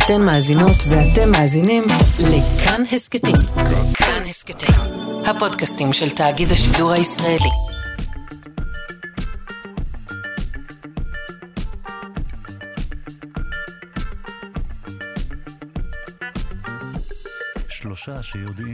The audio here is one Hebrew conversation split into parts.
אתן מאזינות ואתם מאזינים לכאן הסקטים. כאן הסקטים, הפודקאסטים של תאגיד השידור הישראלי. שלושה שיודעים.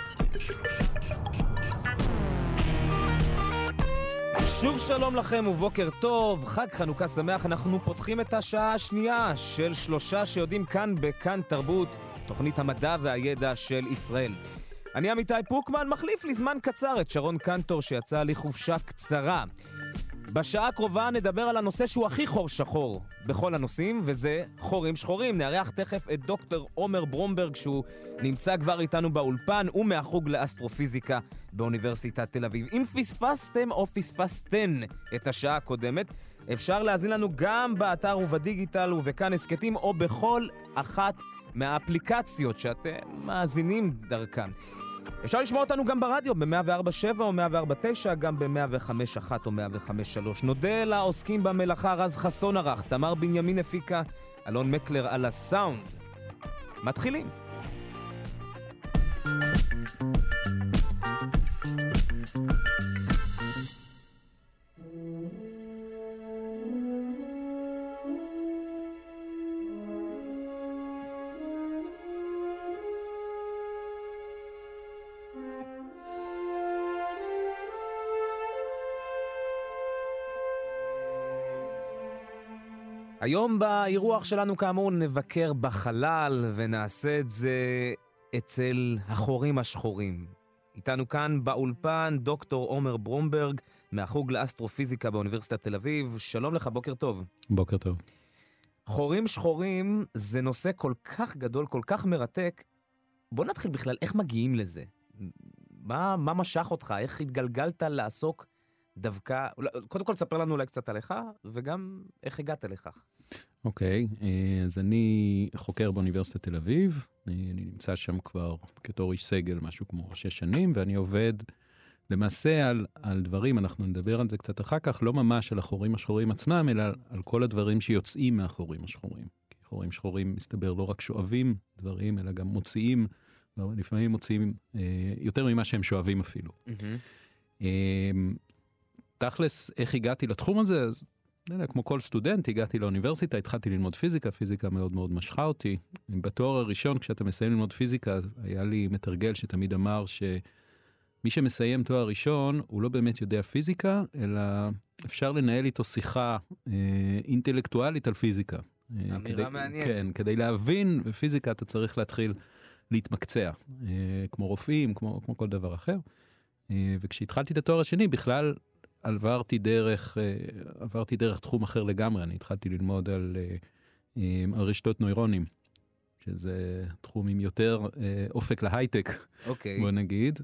שוב שלום לכם ובוקר טוב, חג חנוכה שמח. אנחנו פותחים את השעה השנייה של שלושה שיודעים כאן בכאן תרבות, תוכנית המדע והידע של ישראל. אני אמיתי פוקמן, מחליף לי זמן קצר את שרון קנטור שיצא לי חופשה קצרה. בשעה הקרובה נדבר על הנושא שהוא הכי חור שחור בכל הנושאים, וזה חורים שחורים. נארח תכף את דוקטור עומר ברומברג, שהוא נמצא כבר איתנו באולפן, ומהחוג לאסטרופיזיקה באוניברסיטת תל אביב. אם פספסתם או פספסתן את השעה הקודמת, אפשר להזין לנו גם באתר ובדיגיטל ובכאן הסקטים, או בכל אחת מהאפליקציות שאתם מאזינים דרכם. אפשר לשמוע אותנו גם ברדיו ב-104.7 או 104.9, גם ב-105.1 או 105.3. נודה לעוסקים במלאכה, רז חסון ערך, תמר בנימין הפיקה, אלון מקלר על הסאונד. מתחילים. היום באירוח שלנו כאמור נבקר בחלל ונעשה את זה אצל החורים השחורים. איתנו כאן באולפן דוקטור עומר ברומברג מהחוג לאסטרופיזיקה באוניברסיטת תל אביב. שלום לך, בוקר טוב. בוקר טוב. חורים שחורים זה נושא כל כך גדול, כל כך מרתק. בוא נתחיל בכלל, איך מגיעים לזה? מה משך אותך? איך התגלגלת לעסוק דווקא? קודם כל תספר לנו אולי קצת עליך, וגם איך הגעת לכך. אוקיי, אז אני חוקר באוניברסיטת תל אביב, אני נמצא שם כבר כתור איש סגל משהו כמו 6 שנים, ואני עובד למעשה על דברים, אנחנו נדבר על זה קצת אחר כך, לא ממש על החורים השחורים עצמם, אלא על כל הדברים שיוצאים מהחורים השחורים. כי חורים שחורים מסתבר לא רק שואבים דברים, אלא גם מוציאים, לפעמים מוציאים יותר ממה שהם שואבים אפילו. תכלס, איך הגעתי לתחום הזה? אז, כמו כל סטודנט, הגעתי לאוניברסיטה, התחלתי ללמוד פיזיקה, פיזיקה מאוד מאוד משכה אותי. בתואר הראשון, כשאתה מסיים ללמוד פיזיקה, היה לי מתרגל שתמיד אמר שמי שמסיים תואר ראשון, הוא לא באמת יודע פיזיקה, אלא אפשר לנהל איתו שיחה אינטלקטואלית על פיזיקה. אמירה מעניינת. כן, כדי להבין בפיזיקה אתה צריך להתחיל להתמקצע, כמו רופאים, כמו כל דבר אחר. וכשהתחלתי את התואר השני, בכלל עברתי דרך תחום אחר לגמרי. אני התחלתי ללמוד על רשתות נוירונים, שזה תחום עם יותר אופק להייטק, בוא נגיד.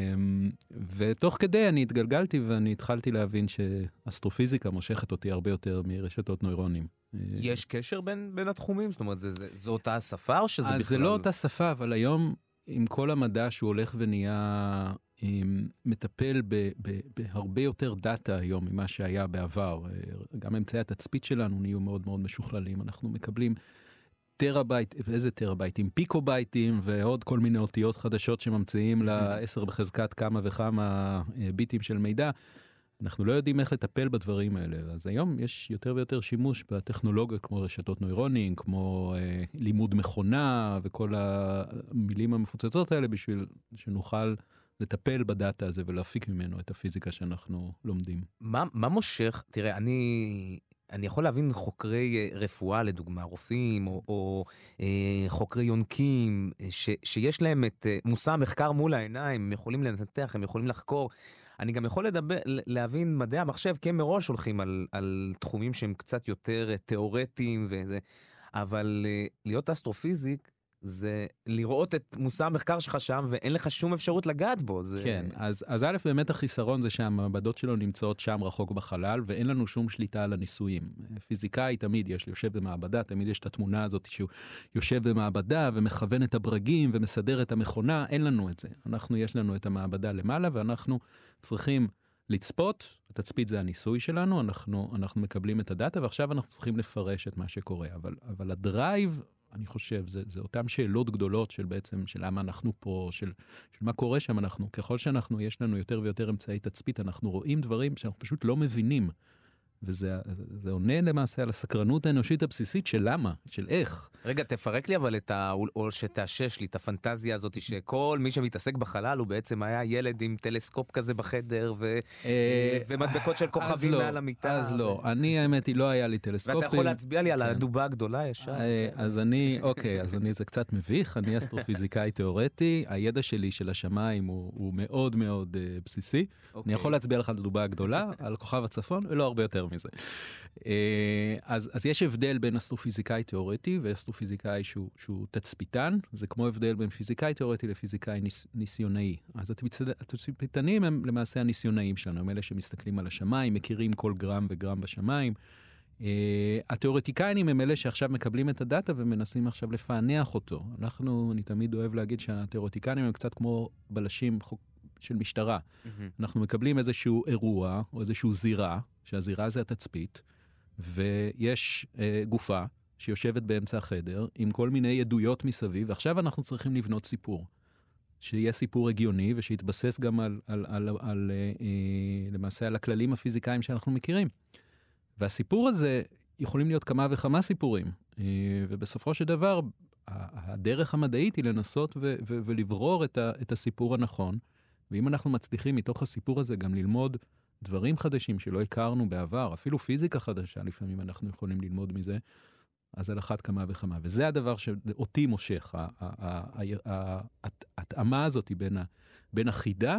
ותוך כדי אני התגלגלתי ואני התחלתי להבין שאסטרופיזיקה מושכת אותי הרבה יותר מרשתות נוירונים. יש קשר בין התחומים? זאת אומרת, זו אותה השפה או שזה בכלל? אז זה לא אותה שפה, אבל היום עם כל המדע שהוא הולך ונהיה מטפל בהרבה יותר דאטה היום ממה שהיה בעבר. גם אמצעי התצפית שלנו נהיו מאוד מאוד משוכללים. אנחנו מקבלים טראבייט, איזה טראבייטים? פיקובייטים ועוד כל מיני אותיות חדשות שממציאים ל10 בחזקת כמה וכמה ביטים של מידע. אנחנו לא יודעים איך לטפל בדברים האלה. אז היום יש יותר ויותר שימוש בטכנולוגיות כמו רשתות נוירונים, כמו לימוד מכונה וכל המילים המפוצצות האלה בשביל שנוכל לטפל בדאטה הזה ולהפיק ממנו את הפיזיקה שאנחנו לומדים. מה מושך? תראה, אני יכול להבין חוקרי רפואה, לדוגמה, רופאים או חוקרי יונקים, שיש להם את מושא המחקר מול העיניים, הם יכולים לנתח, הם יכולים לחקור. אני גם יכול להבין מדעי המחשב, כי הם מראש הולכים על תחומים שהם קצת יותר תיאורטיים וזה, אבל להיות אסטרופיזיק זה לראות את מושא המחקר שלך שם, ואין לך שום אפשרות לגעת בו. כן, אז א', באמת החיסרון זה שהמעבדות שלו נמצאות שם רחוק בחלל, ואין לנו שום שליטה על הניסויים. פיזיקאי תמיד יושב במעבדה, תמיד יש את התמונה הזאת שהוא יושב במעבדה ומכוון את הברגים ומסדר את המכונה, אין לנו את זה. יש לנו את המעבדה למעלה, ואנחנו צריכים לצפות, התצפית זה הניסוי שלנו, אנחנו מקבלים את הדאטה, ועכשיו אנחנו צריכים לפרש את מה שקורה. אבל הדרייב אני חושב. זה אותם שאלות גדולות של בעצם, של למה אנחנו פה, של מה קורה שם אנחנו. ככל יש לנו יותר ויותר אמצעי תצפית, אנחנו רואים דברים שאנחנו פשוט לא מבינים. וזה עונה למעשה על הסקרנות האנושית הבסיסית של למה, של איך. רגע, תפרק לי אבל או שתאשש לי את הפנטזיה הזאת שכל מי שמתעסק בחלל הוא בעצם היה ילד עם טלסקופ כזה בחדר ומדבקות של כוכבים מעל המיטה. אז לא, האמת היא לא היה לי טלסקופים. ואתה יכול להצביע לי על הדובה הגדולה ישר. אז זה קצת מביך, אני אסטרופיזיקאי תיאורטי, הידע שלי של השמיים הוא מאוד מאוד בסיסי. אני יכול להצביע לך על הדובה הגדולה, על כוכב הצפון, ולא הרבה יותר מזה. אז יש הבדל בין אסטרופיזיקאי תיאורטי ואסטרופיזיקאי שהוא תצפיתן, זה כמו הבדל בין פיזיקאי תיאורטי לפיזיקאי ניסיונאי. אז התצפיתנים הם למעשה הניסיונאים שלנו, הם אלה שמסתכלים על השמיים, מכירים כל גרם וגרם בשמיים. התיאורטיקאים הם אלה שעכשיו מקבלים את הדאטה ומנסים עכשיו לפענח אותו. אני תמיד אוהב להגיד שהתיאורטיקאים הם קצת כמו בלשים של משטרה. אנחנו מקבלים איזשהו אירוע או איזשהו זירה, שהזירה זה התצפית, ויש גופה שיושבת באמצע החדר עם כל מיני עדויות מסביב, ועכשיו אנחנו צריכים לבנות סיפור. שיהיה סיפור הגיוני ושיתבסס גם למעשה על הכללים הפיזיקאים שאנחנו מכירים. והסיפור הזה יכולים להיות כמה וכמה סיפורים, ובסופו של דבר הדרך המדעית היא לנסות ולברור את הסיפור הנכון, ואם אנחנו מצליחים מתוך הסיפור הזה גם ללמוד דברים חדשים שלא הכרנו בעבר, אפילו פיזיקה חדשה לפעמים אנחנו יכולים ללמוד מזה, אז על אחת כמה וכמה. וזה הדבר שאותי מושך, ההתאמה הזאת היא בין החידה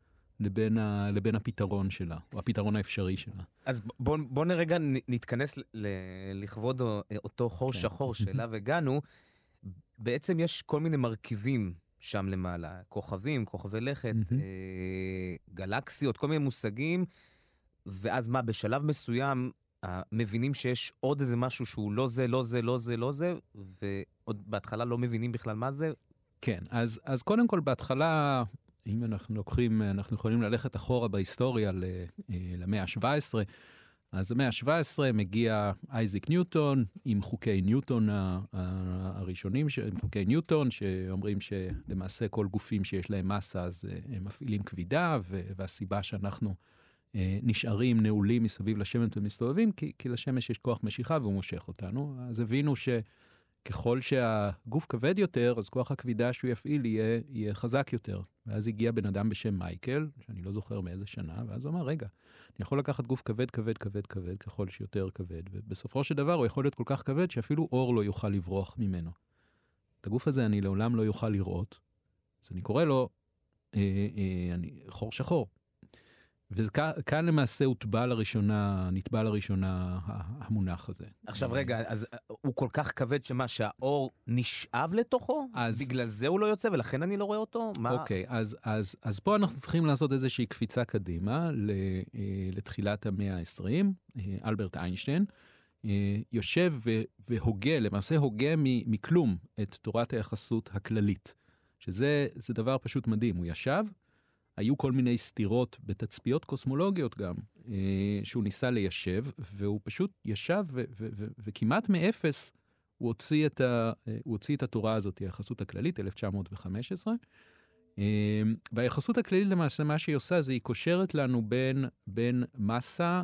לבין הפתרון שלה, או הפתרון האפשרי שלה. אז בוא נרגע נתכנס לכבוד אותו חור שחור שאליו הגענו. בעצם יש כל מיני מרכיבים שם למעלה, כוכבים, כוכבי לכת, גלקסיות, כל מיני מושגים, ואז מה, בשלב מסוים מבינים שיש עוד איזה משהו שהוא לא זה, לא זה, לא זה, לא זה, ועוד בהתחלה לא מבינים בכלל מה זה? כן, אז קודם כל בהתחלה, אם אנחנו יכולים ללכת אחורה בהיסטוריה למאה ה-17, אז במאה ה-17 מגיע אייזק ניוטון עם חוקי ניוטון הראשונים, עם חוקי ניוטון שאומרים שלמעשה כל גופים שיש להם מסה אז הם מפעילים כבידה, והסיבה שאנחנו נשארים נעולים מסביב לשמש ומסתובבים, כי לשמש יש כוח משיכה והוא מושך אותנו. אז הבינו שככל שהגוף כבד יותר, אז כוח הכבידה שהוא יפעיל יהיה חזק יותר. ואז הגיע בן אדם בשם מייקל, שאני לא זוכר מאיזה שנה, ואז הוא אמר, רגע, אני יכול לקחת גוף כבד, כבד, כבד, כבד, ככל שיותר כבד, ובסופו של דבר הוא יכול להיות כל כך כבד שאפילו אור לא יוכל לברוח ממנו. את הגוף הזה אני לעולם לא יוכל לראות, אז אני קורא לו חור שחור. וכאן למעשה נטבע לראשונה המונח הזה. עכשיו רגע, אז הוא כל כך כבד שהאור נשאב לתוכו? בגלל זה הוא לא יוצא ולכן אני לא רואה אותו? אוקיי, אז פה אנחנו צריכים לעשות איזושהי קפיצה קדימה לתחילת המאה ה-20. אלברט איינשטיין יושב והוגה, למעשה הוגה מכלום את תורת היחסות הכללית, שזה דבר פשוט מדהים. הוא ישב, היו כל מיני סתירות בתצפיות קוסמולוגיות גם, שהוא ניסה ליישב, והוא פשוט ישב וכמעט מאפס הוא הוציא את התורה הזאת, היחסות הכללית, 1915. והיחסות הכללית למעשה מה שהיא עושה, זה היא קושרת לנו בין מסה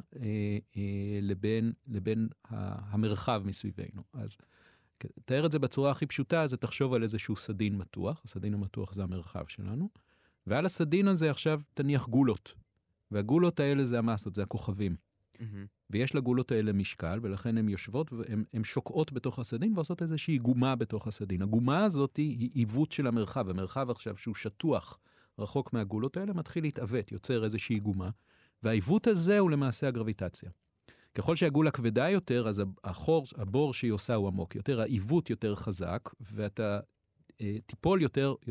לבין המרחב מסביבנו. אז תאר את זה בצורה הכי פשוטה, אז תחשוב על איזשהו סדין מתוח, הסדין המתוח זה המרחב שלנו, ועל הסדין הזה עכשיו תניח גולות, והגולות האלה זה המסות, זה הכוכבים. ויש לגולות האלה משקל, ולכן הן יושבות והן שוקעות בתוך הסדין, ועושות איזושהי גומה בתוך הסדין. הגומה הזאת היא עיוות של המרחב. המרחב עכשיו שהוא שטוח רחוק מהגולות האלה, מתחיל להתעוות, יוצר איזושהי גומה, והעיוות הזה הוא למעשה הגרביטציה. ככל שהגולה כבדה יותר, אז הבור שהיא עושה הוא עמוק יותר, העיוות יותר חזק, ואתה טיפול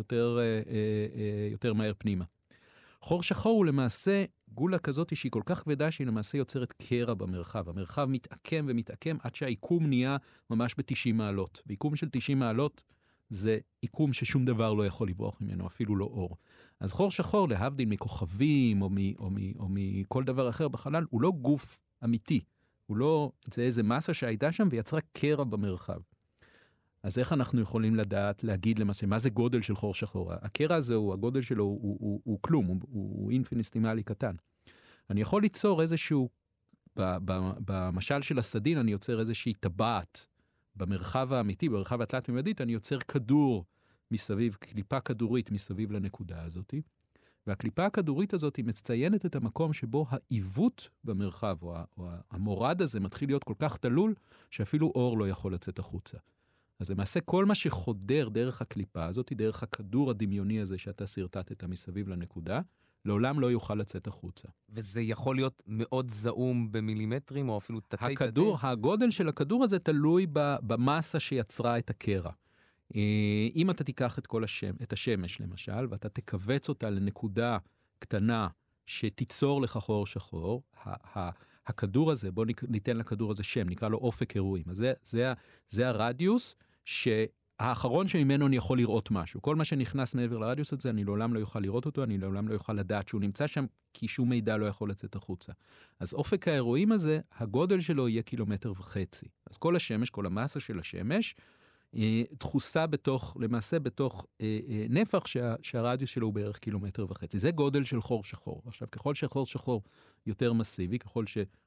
יותר מהר פנימה. חור שחור הוא למעשה גולה כזאת שהיא כל כך כבדה שהיא למעשה יוצרת קרע במרחב. המרחב מתעקם ומתעקם עד שהעיקום נהיה ממש ב-90 מעלות. בעיקום של 90 מעלות זה עיקום ששום דבר לא יכול לברוח ממנו, אפילו לא אור. אז חור שחור, להבדיל מכוכבים או מכל דבר אחר בחלל, הוא לא גוף אמיתי. הוא לא, זה איזה מסה שהייתה שם ויצרה קרע במרחב. אז איך אנחנו יכולים לדעת, להגיד למעשה, מה זה גודל של חור שחור? הקרע הזה, הגודל שלו הוא כלום, הוא אינפיניטימלי קטן. אני יכול ליצור איזשהו, במשל של הסדין, אני יוצר איזושהי טבעת, במרחב האמיתי, במרחב התלת-ממדית, אני יוצר כדור מסביב, קליפה כדורית מסביב לנקודה הזאת, והקליפה הכדורית הזאת היא מציינת את המקום שבו העיוות במרחב, או המורד הזה מתחיל להיות כל כך תלול, שאפילו אור לא יכול לצאת החוצה. אז למעשה כל מה שחודר דרך הקליפה הזאת, דרך הכדור הדמיוני הזה שאתה סרטטת מסביב לנקודה, לעולם לא יוכל לצאת החוצה. וזה יכול להיות מאוד זעום במילימטרים, או אפילו תתי-תתי? הגודל של הכדור הזה תלוי במסה שיצרה את הקרע. אם אתה תיקח את השמש למשל, ואתה תכווץ אותה לנקודה קטנה שתיצור לך חור שחור, הכדור הזה, בוא ניתן לכדור הזה שם, נקרא לו אופק אירועים. אז זה הרדיוס האחרון שממנו אני יכול לראות משהו. כל מה שנכנס מעבר לרדיוס הזה, אני לעולם לא יוכל לראות אותו, אני לעולם לא יוכל לדעת שהוא נמצא שם, כי שום מידע לא יכול לצאת החוצה. אז אופק האירועים הזה, הגודל שלו יהיה 1.5 קילומטר. אז כל השמש, כל המסה של השמש, דחוסה למעשה בתוך נפח שהרדיוס שלו הוא בערך 1.5 קילומטר. זה גודל של חור שחור. עכשיו, ככל שחור שחור יותר מסיבי, ככל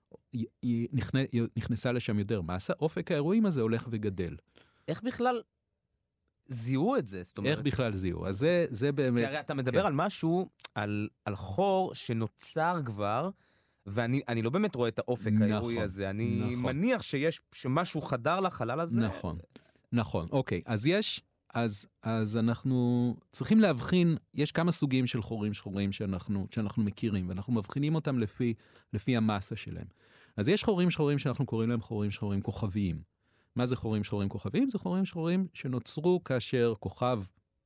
שנכנסה לשם יותר מסה, אופק האירועים הזה הולך וגדל. איך בכלל זיהו את זה? איך בכלל זיהו? אז זה באמת... כי הרי אתה מדבר על משהו, על חור שנוצר כבר, ואני לא באמת רואה את האופק האירועי הזה. אני מניח שמשהו חדר לחלל הזה. נכון, אוקיי. אז אנחנו צריכים להבחין, יש כמה סוגים של חורים שחורים שאנחנו מכירים, ואנחנו מבחינים אותם לפי המסה שלהם. אז יש חורים שחורים שאנחנו קוראים להם חורים שחורים כוכביים. מה זה חורים שחורים כוכביים? זה חורים שחורים שנוצרו כאשר כוכב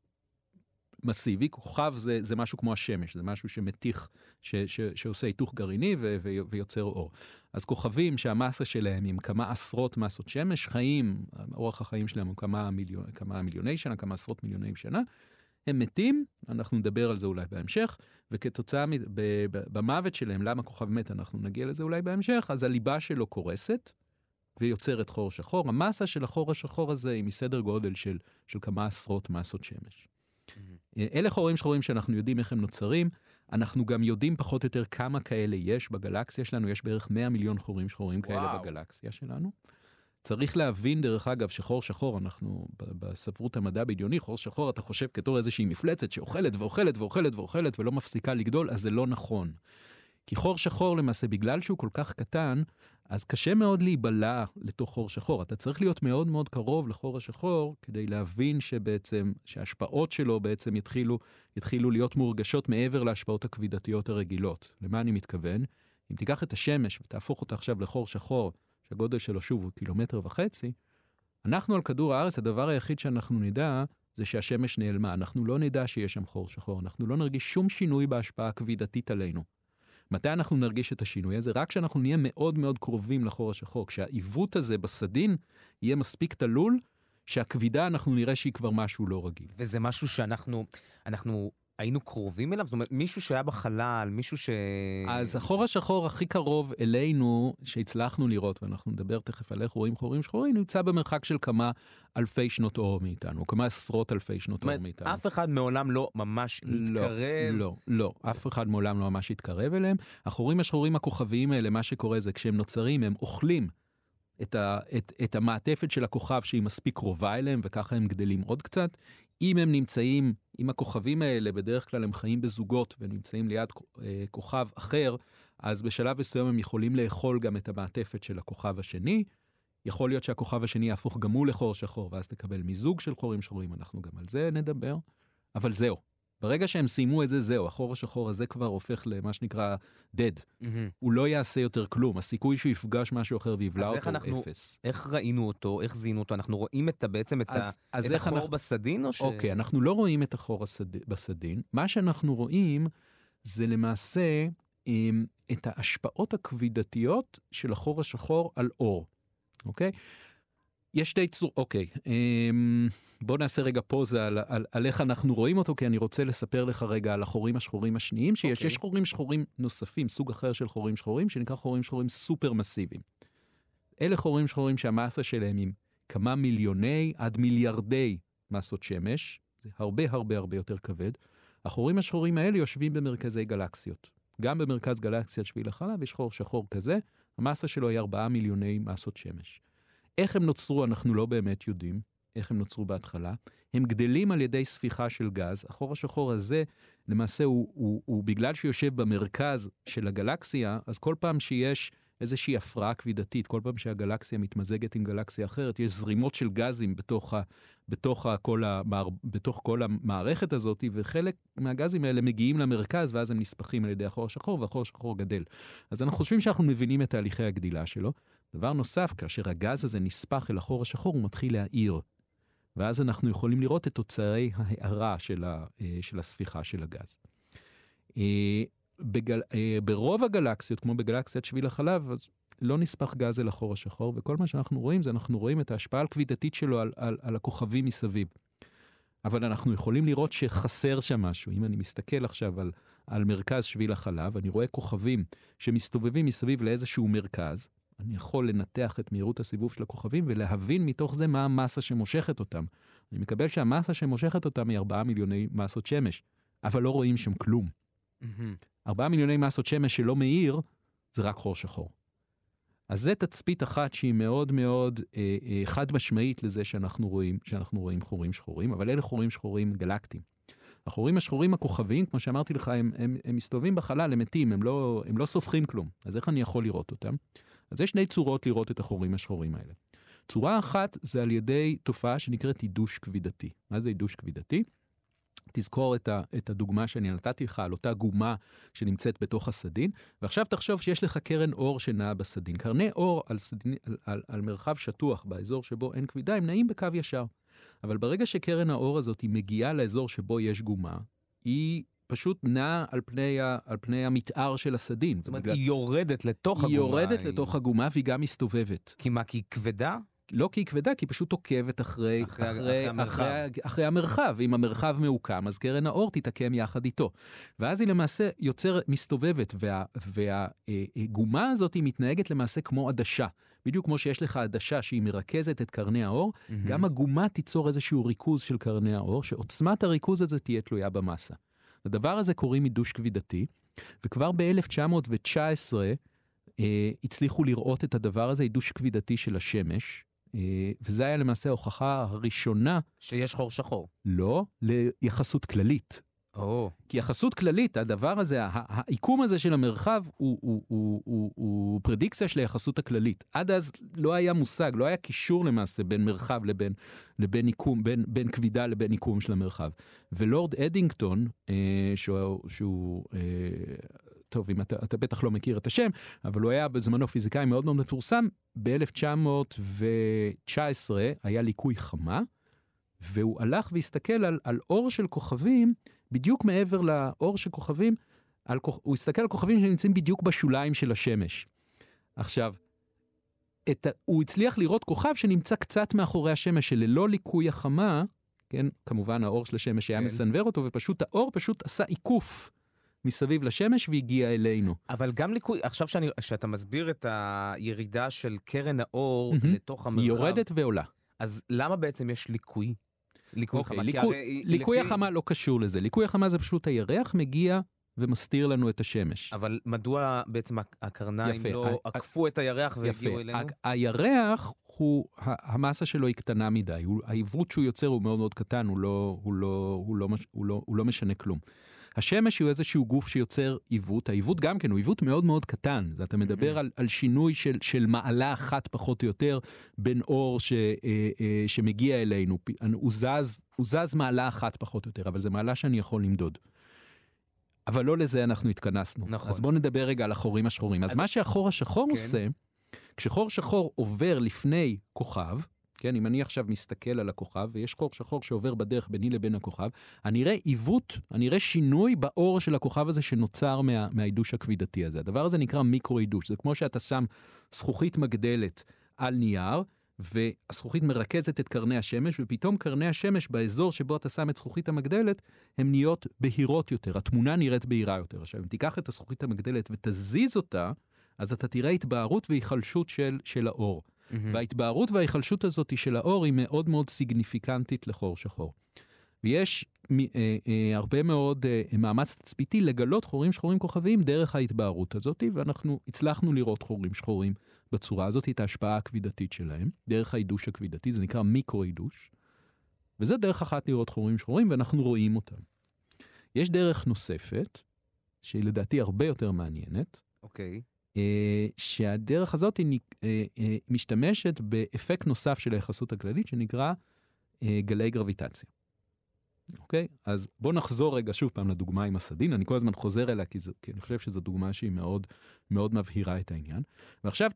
מסיבי, כוכב זה משהו כמו השמש, זה משהו שמתיך, שעושה היתוך גרעיני ויוצר אור. אז כוכבים שהמסה שלהם עם כמה עשרות מסות שמש, חיים, אורך החיים שלהם הוא כמה מיליוני שנה, כמה עשרות מיליוני שנה, הם מתים, אנחנו נדבר על זה אולי בהמשך, וכתוצאה במוות שלהם, למה כוכב מת, אנחנו נגיע לזה אולי בהמשך, אז הליבה שלו קורסת, ויוצרת חור שחור. המסה של החור השחור הזה היא מסדר גודל של כמה עשרות מסות שמש. אלה חורים שחורים שאנחנו יודעים איך הם נוצרים, אנחנו גם יודעים פחות או יותר כמה כאלה יש בגלקסיה שלנו, יש בערך 100 מיליון חורים שחורים כאלה בגלקסיה שלנו. צריך להבין דרך אגב שחור שחור, אנחנו בספרות המדע בדיוני, חור שחור אתה חושב כתור איזושהי מפלצת שאוכלת ואוכלת ואוכלת ואוכלת ולא מפסיקה לגדול, אז זה לא נכון. כי חור שחור למעשה, בגלל שהוא כל כך קטן, אז קשה מאוד להיבלע לתוך חור שחור. אתה צריך להיות מאוד מאוד קרוב לחור השחור, כדי להבין שההשפעות שלו בעצם יתחילו להיות מורגשות מעבר להשפעות הכבידתיות הרגילות. למה אני מתכוון? אם תיקח את השמש ותהפוך אותה עכשיו לחור שחור, שהגודל שלו שוב הוא 1.5 קילומטר, אנחנו על כדור הארץ, הדבר היחיד שאנחנו נדע, זה שהשמש נעלמה. אנחנו לא נדע שיש שם חור שחור. אנחנו לא נרגיש שום שינוי בהשפעה הכבידתית עלינו. מתי אנחנו נרגיש את השינוי הזה? רק כשאנחנו נהיה מאוד מאוד קרובים לחור השחור. כשהעיוות הזה בסדין יהיה מספיק תלול, שהכבידה אנחנו נראה שהיא כבר משהו לא רגיל. וזה משהו שאנחנו היינו קרובים אליו? זאת אומרת, מישהו שהיה בחלל, מישהו אז החור השחור הכי קרוב אלינו, שהצלחנו לראות, ואנחנו נדבר תכף על איך רואים חורים שחורים, נמצא במרחק של כמה אלפי שנות אור מאיתנו, כמה עשרות אלפי שנות אור מאיתנו. אף אחד מעולם לא ממש התקרב? לא, אף אחד מעולם לא ממש התקרב אליהם. החורים השחורים הכוכביים האלה, מה שקורה זה, כשהם נוצרים, הם אוכלים את המעטפת של הכוכב שהיא מספיק קרובה אליהם, וככה הם גדלים עוד קצת. אם הם נמצאים, אם הכוכבים האלה, בדרך כלל הם חיים בזוגות, ונמצאים ליד כוכב אחר, אז בשלב מסוים הם יכולים לאכול גם את המעטפת של הכוכב השני. יכול להיות שהכוכב השני יהפוך גם הוא לחור שחור, ואז תקבל מיזוג של חורים שחורים, אנחנו גם על זה נדבר. אבל זהו. ברגע שהם סיימו את זה, זהו. החור השחור הזה כבר הופך למה שנקרא dead. הוא לא יעשה יותר כלום. הסיכוי שהוא יפגש משהו אחר ויבלע אותו הוא אפס. איך ראינו אותו? איך זינו אותו? אנחנו רואים בעצם את החור בסדין? אוקיי, אנחנו לא רואים את החור בסדין. מה שאנחנו רואים זה למעשה את ההשפעות הכבידתיות של החור השחור על אור. אוקיי? יש שתי צור, אוקיי, בוא נעשה רגע פוזה על איך אנחנו רואים אותו, כי אני רוצה לספר לך רגע על החורים השחורים השניים, שיש חורים שחורים נוספים, סוג אחר של חורים שחורים, שנקרא חורים שחורים סופר מסיביים. אלה חורים שחורים שהמסה שלהם היא כמה מיליוני עד מיליארדי מסות שמש, זה הרבה הרבה הרבה יותר כבד. החורים השחורים האלה יושבים במרכזי גלקסיות. גם במרכז גלקסיית שביל החלב יש חור שחור כזה, המסה שלו היא 4 מיליוני מסות שמש. איך הם נוצרו אנחנו לא באמת יודעים, איך הם נוצרו בהתחלה. הם גדלים על ידי ספיחה של גז. החור השחור הזה למעשה הוא בגלל שיושב במרכז של הגלקסיה, אז כל פעם שיש איזושהי הפרעה כבידתית, כל פעם שהגלקסיה מתמזגת עם גלקסיה אחרת, יש זרימות של גזים בתוך כל המערכת הזאת, וחלק מהגזים האלה מגיעים למרכז, ואז הם נספחים על ידי החור השחור, והחור השחור גדל. אז אנחנו חושבים שאנחנו מבינים את תהליכי הגדילה שלו. דבר נוסף, כאשר הגז הזה נספח אל החור השחור, הוא מתחיל להאיר. ואז אנחנו יכולים לראות את תוצרי ההארה של הספיחה של הגז. ברוב הגלקסיות, כמו בגלקסיית שביל החלב, אז לא נספח גז אל החור השחור, וכל מה שאנחנו רואים זה אנחנו רואים את ההשפעה הכבידתית שלו על הכוכבים מסביב. אבל אנחנו יכולים לראות שחסר שם משהו. אם אני מסתכל עכשיו על מרכז שביל החלב, אני רואה כוכבים שמסתובבים מסביב לאיזשהו מרכז, אני יכול לנתח את מהירות הסיבוב של הכוכבים ולהבין מתוך זה מה המסה שמושכת אותם. אני מקבל שהמסה שמושכת אותם היא 4 מיליוני מסות שמש, אבל לא רואים שם כלום. 4 מיליוני מסות שמש שלא מאיר, זה רק חור שחור. אז זה תצפית אחת שהיא מאוד מאוד חד משמעית לזה שאנחנו רואים חורים שחורים, אבל אלה חורים שחורים גלקטיים. החורים השחורים הכוכביים, כמו שאמרתי לך, הם מסתובבים בחלל, הם מתים, הם לא סופחים כלום. אז איך אני יכול לראות אותם? אז יש שני צורות לראות את החורים השחורים האלה. צורה אחת זה על ידי תופעה שנקראת עידוש כבידתי. מה זה עידוש כבידתי? תזכור את הדוגמה שאני נתתי לך על אותה גומה שנמצאת בתוך הסדין, ועכשיו תחשוב שיש לך קרן אור שנעה בסדין. קרני אור על מרחב שטוח באזור שבו אין כבידה, הם נעים בקו ישר. אבל ברגע שקרן האור הזאת היא מגיעה לאזור שבו יש גומה, היא פשוט נעה על פני המתאר של הסדין. זאת אומרת, היא יורדת לתוך הגומה. היא יורדת לתוך הגומה והיא גם מסתובבת. כי מה, כי היא כבדה? לא כי היא כבדה, כי היא פשוט עוקבת אחרי המרחב. אם המרחב מעוקם, אז קרן האור תתעקם יחד איתו. ואז היא למעשה מסתובבת, והגומה הזאת היא מתנהגת למעשה כמו עדשה. בדיוק כמו שיש לך עדשה שהיא מרכזת את קרני האור, גם הגומה תיצור איזשהו ריכוז של קרני האור, שעוצמת הריכוז הזה תהיה תלויה במסה. הדבר הזה קוראים עידוש כבידתי, וכבר ב-1919 הצליחו לראות את הדבר הזה, עידוש כבידתי של השמש, וזה היה למעשה ההוכחה הראשונה. שיש חור שחור. לא, ליחסות כללית. כי יחסות כללית, הדבר הזה, העיקום הזה של המרחב, הוא פרדיקציה של היחסות הכללית. עד אז לא היה מושג, לא היה קישור למעשה בין מרחב לבין עיקום, בין כבידה לבין עיקום של המרחב. ולורד אדינגטון, שהוא טוב, אם אתה בטח לא מכיר את השם, אבל הוא היה בזמנו פיזיקאי מאוד מאוד מפורסם, ב-1919 היה ליקוי חמה, והוא הלך והסתכל על אור של כוכבים, בדיוק מעבר לאור של כוכבים, הוא הסתכל על כוכבים שנמצאים בדיוק בשוליים של השמש. עכשיו, הוא הצליח לראות כוכב שנמצא קצת מאחורי השמש, שללא ליקוי החמה, כן, כמובן האור של השמש היה מסנבר אותו, ופשוט האור פשוט עשה עיקוף מסביב לשמש והגיע אלינו. אבל גם ליקוי, עכשיו שאתה מסביר את הירידה של קרן האור לתוך המרחב, היא יורדת ועולה. אז למה בעצם יש ליקוי? ליקוי החמה לא קשור לזה. ליקוי החמה זה פשוט הירח מגיע ומסתיר לנו את השמש. אבל מדוע בעצם הקרניים לא עקפו את הירח והגיעו אלינו? הירח המסה שלו היא קטנה מדי. העיוות שהוא יוצר הוא מאוד מאוד קטן, הוא לא משנה כלום. השמש הוא איזשהו גוף שיוצר עיוות. העיוות גם כן הוא עיוות מאוד מאוד קטן. אתה מדבר על שינוי של מעלה אחת פחות או יותר בין אור שמגיע אלינו. הוא זז מעלה אחת פחות או יותר, אבל זה מעלה שאני יכול למדוד. אבל לא לזה אנחנו התכנסנו. נכון. אז בואו נדבר רגע על החורים השחורים. אז מה שהחור השחור עושה, כשחור שחור עובר לפני כוכב, כן, אם אני עכשיו מסתכל על הכוכב, ויש חור שחור שעובר בדרך ביני לבין הכוכב, אני אראה עיוות, אני אראה שינוי באור של הכוכב הזה שנוצר מהעידוש הכבידתי הזה. הדבר הזה נקרא מיקרו-עידוש. זה כמו שאתה שם זכוכית מגדלת על נייר, והזכוכית מרכזת את קרני השמש, ופתאום קרני השמש באזור שבו אתה שם את זכוכית המגדלת, הן נהיות בהירות יותר, התמונה נראית בהירה יותר. עכשיו, אם תיקח את הזכוכית המגדלת ותזיז אותה, אז אתה תראה התבהרות והיחלשות של האור. וההתבהרות וההיחלשות הזאת של האור היא מאוד מאוד סיגניפיקנטית לחור שחור. ויש הרבה מאוד מאמץ תצפיתי לגלות חורים שחורים כוכביים דרך ההתבהרות הזאת, ואנחנו הצלחנו לראות חורים שחורים בצורה הזאת, את ההשפעה הכבידתית שלהם, דרך העידוש הכבידתי, זה נקרא מיקרו-עידוש, וזה דרך אחת לראות חורים שחורים, ואנחנו רואים אותם. יש דרך נוספת, שהיא לדעתי הרבה יותר מעניינת, שהדרך הזאת משתמשת באפקט נוסף של היחסות הכללית, שנקרא גלי גרביטציה. אוקיי? אז בוא נחזור רגע שוב פעם לדוגמה עם הסדין, אני כל הזמן חוזר אליה, כי אני חושב שזו דוגמה שהיא מאוד, מאוד מבהירה את העניין. ועכשיו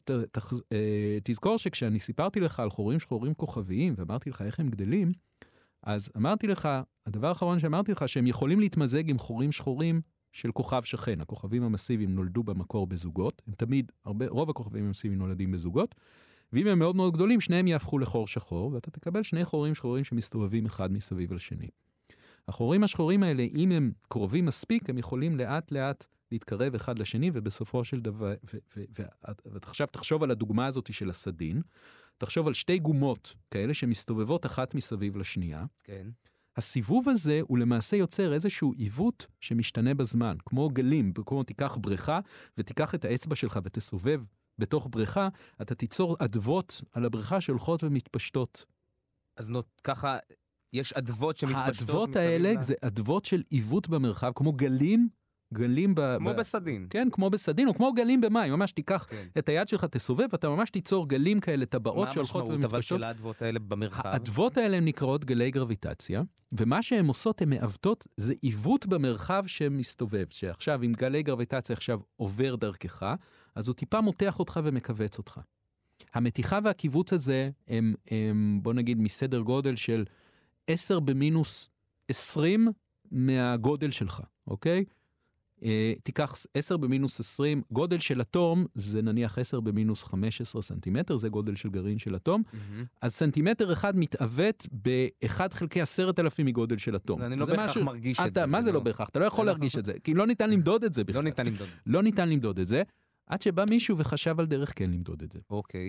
תזכור שכשאני סיפרתי לך על חורים שחורים כוכביים, ואמרתי לך איך הם גדלים, אז אמרתי לך, הדבר האחרון שאמרתי לך, שהם יכולים להתמזג עם חורים שחורים של כוכב שכן. הכוכבים המסיביים נולדו במקור בזוגות, הם תמיד, רוב הכוכבים המסיביים נולדים בזוגות, ואם הם מאוד מאוד גדולים, שניהם יהפכו לחור שחור, ואתה תקבל שני חורים שחורים שמסתובבים אחד מסביב לשני. החורים השחורים האלה, אם הם קרובים מספיק, הם יכולים לאט לאט להתקרב אחד לשני, ובסופו של דבר, ועכשיו תחשוב על הדוגמה הזאת של הסדין, תחשוב על שתי גומות כאלה שמסתובבות אחת מסביב לשנייה. כן. הסיבוב הזה הוא למעשה יוצר איזשהו עיוות שמשתנה בזמן, כמו גלים, כמו תיקח בריכה, ותיקח את האצבע שלך ותסובב בתוך בריכה, אתה תיצור עדבות על הבריכה שהולכות ומתפשטות. אז ככה, יש עדבות שמתפשטות העדבות האלה זה עדבות של עיוות במרחב, כמו גלים כמו בסדין. כן, כמו בסדין, או כמו גלים במים. ממש תיקח את היד שלך, תסובב, ואתה ממש תיצור גלים כאלה, טבעות שהולכות ומתפשטות. מה המשמעות אבל של העדבות האלה במרחב? העדבות האלה הן נקראות גלי גרביטציה, ומה שהן עושות, הן מעוותות, זה עיוות במרחב שמסתובב, שעכשיו, אם גלי גרביטציה עכשיו עובר דרכך, אז הוא טיפה מותח אותך ומכווץ אותך. המתיחה והקיבוץ הזה, הם בוא נגיד, מסדר גודל של 10 במינוס 20 מהגודל שלך, אוקיי? תיקח 10 במינוס 20, גודל של אטום זה נניח 10 במינוס 15 סנטימטר, זה גודל של גרעין של אטום, אז סנטימטר אחד מתעוות ב1 חלקי 10,000 מגודל של אטום. אני לא בהכרח מרגיש את זה. מה זה לא בהכרח? אתה לא יכול להרגיש את זה, כי לא ניתן למדוד את זה בכלל. לא ניתן למדוד את זה, עד שבא מישהו וחשב על דרך כן למדוד את זה. אוקיי.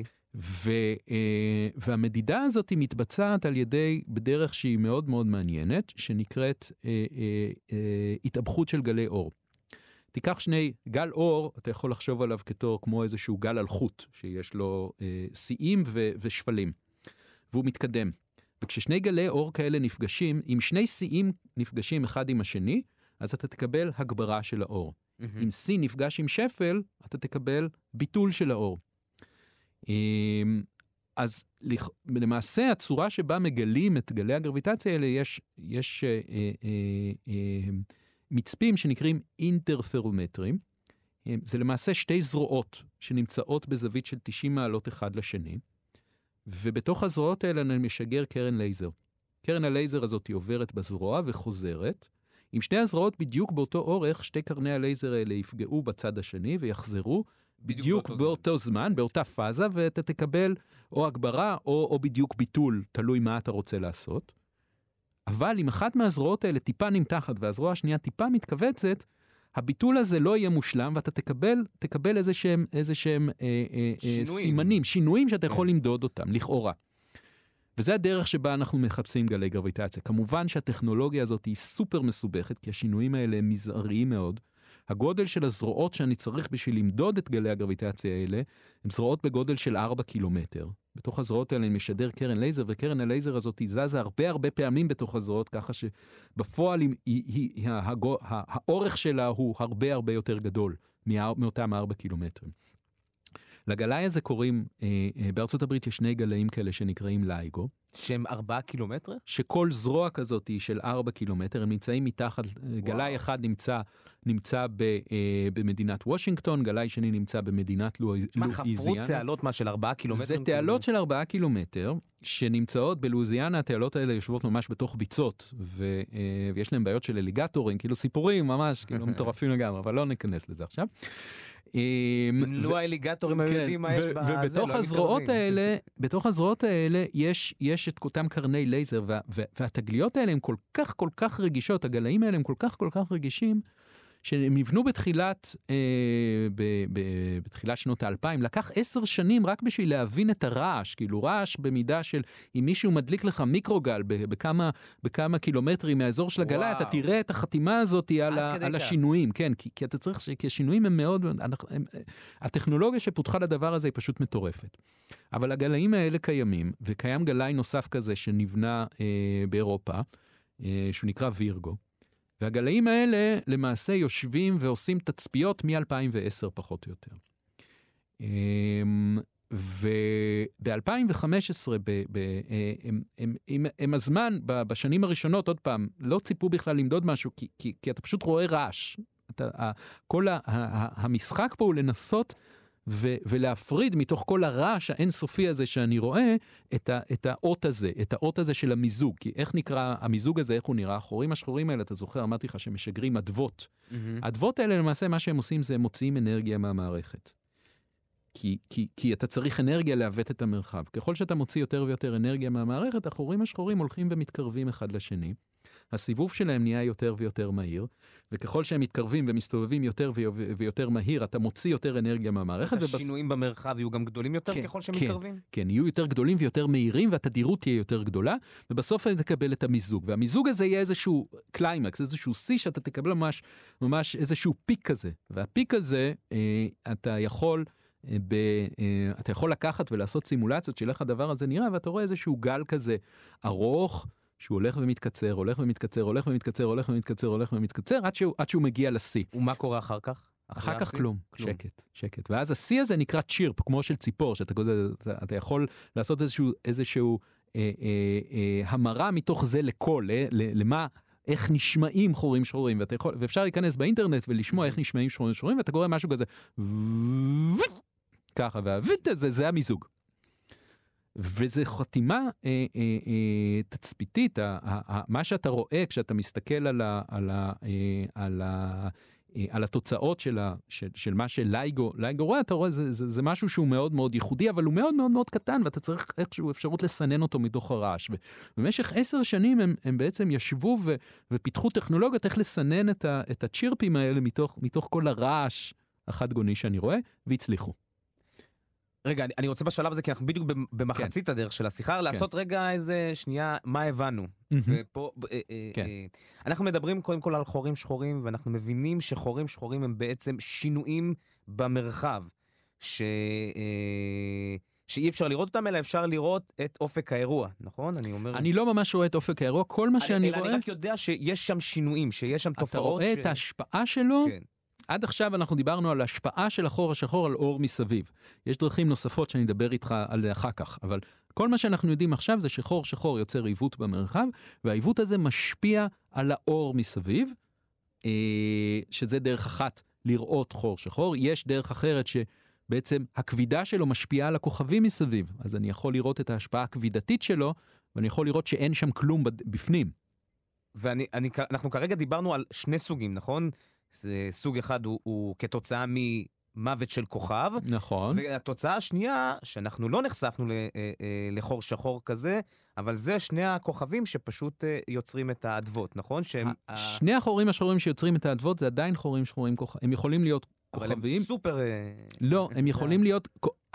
והמדידה הזאת היא מתבצעת על ידי, בדרך שהיא מאוד מאוד מעניינת, שנקראת התאבכות של גלי אור. תיקח גל אור, אתה יכול לחשוב עליו כתור כמו איזשהו גל על חוט, שיש לו שיאים ושפלים, והוא מתקדם. וכששני גלי אור כאלה נפגשים, אם שני שיאים נפגשים אחד עם השני, אז אתה תקבל הגברה של האור. אם שיא נפגש עם שפל, אתה תקבל ביטול של האור. אז למעשה הצורה שבה מגלים את גלי הגרביטציה האלה, יש מצפים שנקראים אינטרפרומטרים. זה למעשה שתי זרועות שנמצאות בזווית של 90 מעלות אחד לשני, ובתוך הזרועות האלה אני משגר קרן לייזר. קרן הלייזר הזאת היא עוברת בזרוע וחוזרת. עם שני הזרועות בדיוק באותו אורך, שתי קרני הלייזר האלה יפגעו בצד השני ויחזרו בדיוק באותו זמן, באותה פאזה, ואתה תקבל או הגברה או בדיוק ביטול, תלוי מה אתה רוצה לעשות. אבל אם אחת מהזרועות האלה טיפה נמתחת והזרוע השנייה טיפה מתכווצת, הביטול הזה לא יהיה מושלם, ואתה תקבל איזשהם סימנים, שינויים שאתה יכול למדוד אותם, לכאורה. וזה הדרך שבה אנחנו מחפשים גלי גרביטציה. כמובן שהטכנולוגיה הזאת היא סופר מסובכת, כי השינויים האלה הם מזעריים מאוד. הגודל של הזרועות שאני צריך בשביל למדוד את גלי הגרביטציה האלה, הם זרועות בגודל של 4 קילומטר. בתוך הזרועות האלה אני משדר קרן לייזר, וקרן הלייזר הזאת היא זזה הרבה פעמים בתוך הזרועות, ככה שבפועל האורך שלה הוא הרבה יותר גדול מאותם 4 קילומטרים. לגלאי הזה קוראים, בארצות הברית יש 2 גלאים כאלה שנקראים לייגו. שהם 4 קילומטר? שכל זרוע כזאת היא של 4 קילומטר, הם נמצאים מתחת, גלאי אחד נמצא במדינת וושינגטון, גלאי שני נמצא במדינת לואיזיאנה. חפרו תעלות מה של 4 קילומטר? זה תעלות של 4 קילומטר, שנמצאות בלואיזיאנה, התעלות האלה יושבות ממש בתוך ביצות, ויש להם בעיות של אליגטורים, כאילו סיפורים ממש, כאילו מטורפים לגמרי, אבל לא ניכנס לזה עכשיו. לו האליגטורים היו יודעים מה יש בזה, ובתוך הזרועות האלה יש את אותם קרני לייזר, והתגליות האלה הן כל כך רגישות, הגלאים האלה הם כל כך רגישים, שהם נבנו בתחילת שנות ה-2000, לקח 10 שנים רק בשביל להבין את הרעש, כאילו רעש במידה של אם מישהו מדליק לך מיקרוגל בכמה קילומטרים מהאזור של הגלה, אתה תראה את החתימה הזאת על השינויים, כן, כי אתה צריך, כי השינויים הם מאוד, הטכנולוגיה שפותחה לדבר הזה היא פשוט מטורפת. אבל הגלאים האלה קיימים, וקיים גלאי נוסף כזה שנבנה באירופה, שהוא נקרא וירגו, והגלאים האלה למעשה יושבים ועושים תצפיות מ-2010 פחות או יותר. וב-2015, הם הזמן, בשנים הראשונות, עוד פעם, לא ציפו בכלל למדוד משהו, כי אתה פשוט רואה רעש. כל המשחק פה הוא לנסות ולהפריד מתוך כל הרעש האינסופי הזה שאני רואה, את האות הזה של המיזוג. כי איך נקרא המיזוג הזה, איך הוא נראה? החורים השחורים האלה, אתה זוכר, אמרתי לך שמשגרים אדוות. האדוות האלה למעשה מה שהם עושים זה הם מוציאים אנרגיה מהמערכת. כי אתה צריך אנרגיה לעוות את המרחב. ככל שאתה מוציא יותר ויותר אנרגיה מהמערכת, החורים השחורים הולכים ומתקרבים אחד לשני. הסיבוב שלהם נהיה יותר ויותר מהיר, וככל שהם מתקרבים ומסתובבים יותר ויותר מהיר, אתה מוציא יותר אנרגיה מהמערכת. השינויים במרחב יהיו גם גדולים יותר ככל שהם מתקרבים? כן, יהיו יותר גדולים ויותר מהירים, והתדירות תהיה יותר גדולה, ובסוף אתה תקבל את המיזוג. והמיזוג הזה יהיה איזשהו קליימקס, איזשהו שיא שאתה תקבל ממש איזשהו פיק כזה. והפיק הזה, אתה יכול לקחת ולעשות סימולציות של איך הדבר הזה נראה, ואתה רואה איזשהו גל כזה ארוך, שהוא הולך ומתקצר, הולך ומתקצר, הולך ומתקצר, הולך ומתקצר, הולך ומתקצר, עד שהוא מגיע לשיא. ומה קורה אחר כך? אחר כך כלום. שקט. ואז השיא הזה נקרא צ'ירפ, כמו של ציפור, אתה יכול לעשות איזשהו המרה מתוך זה לקול, למה, איך נשמעים חורים שחורים, ואפשר להיכנס באינטרנט ולשמוע איך נשמעים חורים שחורים, ואתה קורא משהו כזה, ככה, והוויט הזה, זה המיזוג. וזו חתימה תצפיתית, מה שאתה רואה כשאתה מסתכל על התוצאות של מה שלייגו רואה, אתה רואה, זה משהו שהוא מאוד מאוד ייחודי, אבל הוא מאוד מאוד מאוד קטן, ואתה צריך איכשהו אפשרות לסנן אותו מתוך הרעש. ובמשך 10 שנים הם בעצם ישבו ופיתחו טכנולוגיות איך לסנן את הצ'ירפים האלה מתוך כל הרעש החד גוני שאני רואה, והצליחו. רגע, אני רוצה בשלב הזה, כי אנחנו בדיוק במחצית הדרך של השיחה, לעשות רגע איזה שנייה, מה הבנו. ופה, אנחנו מדברים קודם כל על חורים שחורים, ואנחנו מבינים שחורים שחורים הם בעצם שינויים במרחב, שאי אפשר לראות אותם, אלא אפשר לראות את אופק האירוע, נכון? אני לא ממש רואה את אופק האירוע, כל מה שאני רואה... אלא אני רק יודע שיש שם שינויים, שיש שם תופעות... אתה רואה את ההשפעה שלו? כן. עד עכשיו אנחנו דיברנו על השפעה של החור השחור על אור מסביב. יש דרכים נוספות שאני אדבר איתך על אחר כך, אבל כל מה שאנחנו יודעים עכשיו זה שחור שחור יוצר עיוות במרחב, והעיוות הזה משפיע על האור מסביב, שזה דרך אחת לראות חור שחור. יש דרך אחרת שבעצם הכבידה שלו משפיעה על הכוכבים מסביב, אז אני יכול לראות את ההשפעה הכבידתית שלו, ואני יכול לראות שאין שם כלום בפנים. ואנחנו כרגע דיברנו על 2 סוגים, נכון? סוג אחד הוא כתוצאה ממוות של כוכב. נכון. והתוצאה השנייה, שאנחנו לא נחשפנו לחור שחור כזה, אבל זה 2 הכוכבים שפשוט יוצרים את האדוות, נכון? 2 החורים השחורים שיוצרים את האדוות זה עדיין חורים שחורים, הם יכולים להיות כוכבים. אבל הם סופר... לא, הם יכולים להיות...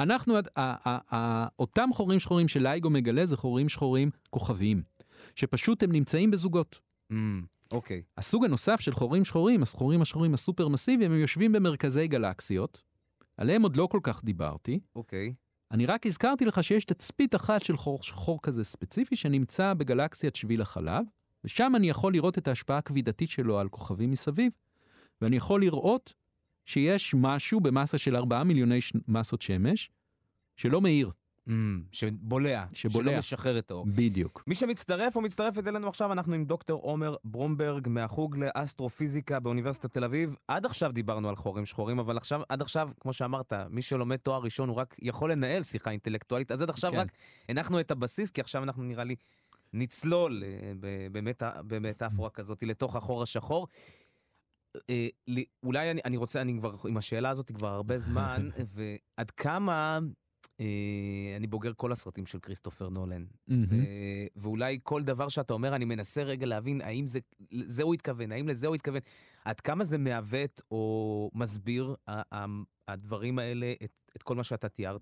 אותם חורים שחורים שלייגו מגלה זה חורים שחורים כוכביים, שפשוט הם נמצאים בזוגות. אוקיי. הסוג הנוסף של חורים שחורים, החורים השחורים הסופר מסיביים, הם יושבים במרכזי גלקסיות, עליהם עוד לא כל כך דיברתי. אוקיי. אני רק הזכרתי לך שיש תצפית אחת של חור שחור כזה ספציפי, שנמצא בגלקסיית שביל החלב, ושם אני יכול לראות את ההשפעה הכבידתית שלו על כוכבים מסביב, ואני יכול לראות שיש משהו במסה של 4 מיליוני מסות שמש, שלא מאיר. שבולע, שלא משחרר את האור. בדיוק. מי שמצטרף או מצטרפת אלינו עכשיו, אנחנו עם דוקטור עומר ברומברג מהחוג לאסטרופיזיקה באוניברסיטת תל אביב. עד עכשיו דיברנו על חורים שחורים, אבל עד עכשיו, כמו שאמרת, מי שלומד תואר ראשון הוא רק יכול לנהל שיחה אינטלקטואלית, אז עד עכשיו רק הנחנו את הבסיס, כי עכשיו אנחנו נראה לי נצלול במטאפורה כזאת לתוך החור השחור. אולי אני כבר עם השאלה הזאת כבר הרבה זמן, ועד כמה אני בוגר כל הסרטים של כריסטופר נולן. ואולי כל דבר שאתה אומר, אני מנסה רגע להבין האם זה הוא התכוון, האם לזה הוא התכוון. עד כמה זה מעוות או מסביר הדברים האלה את כל מה שאתה תיארת?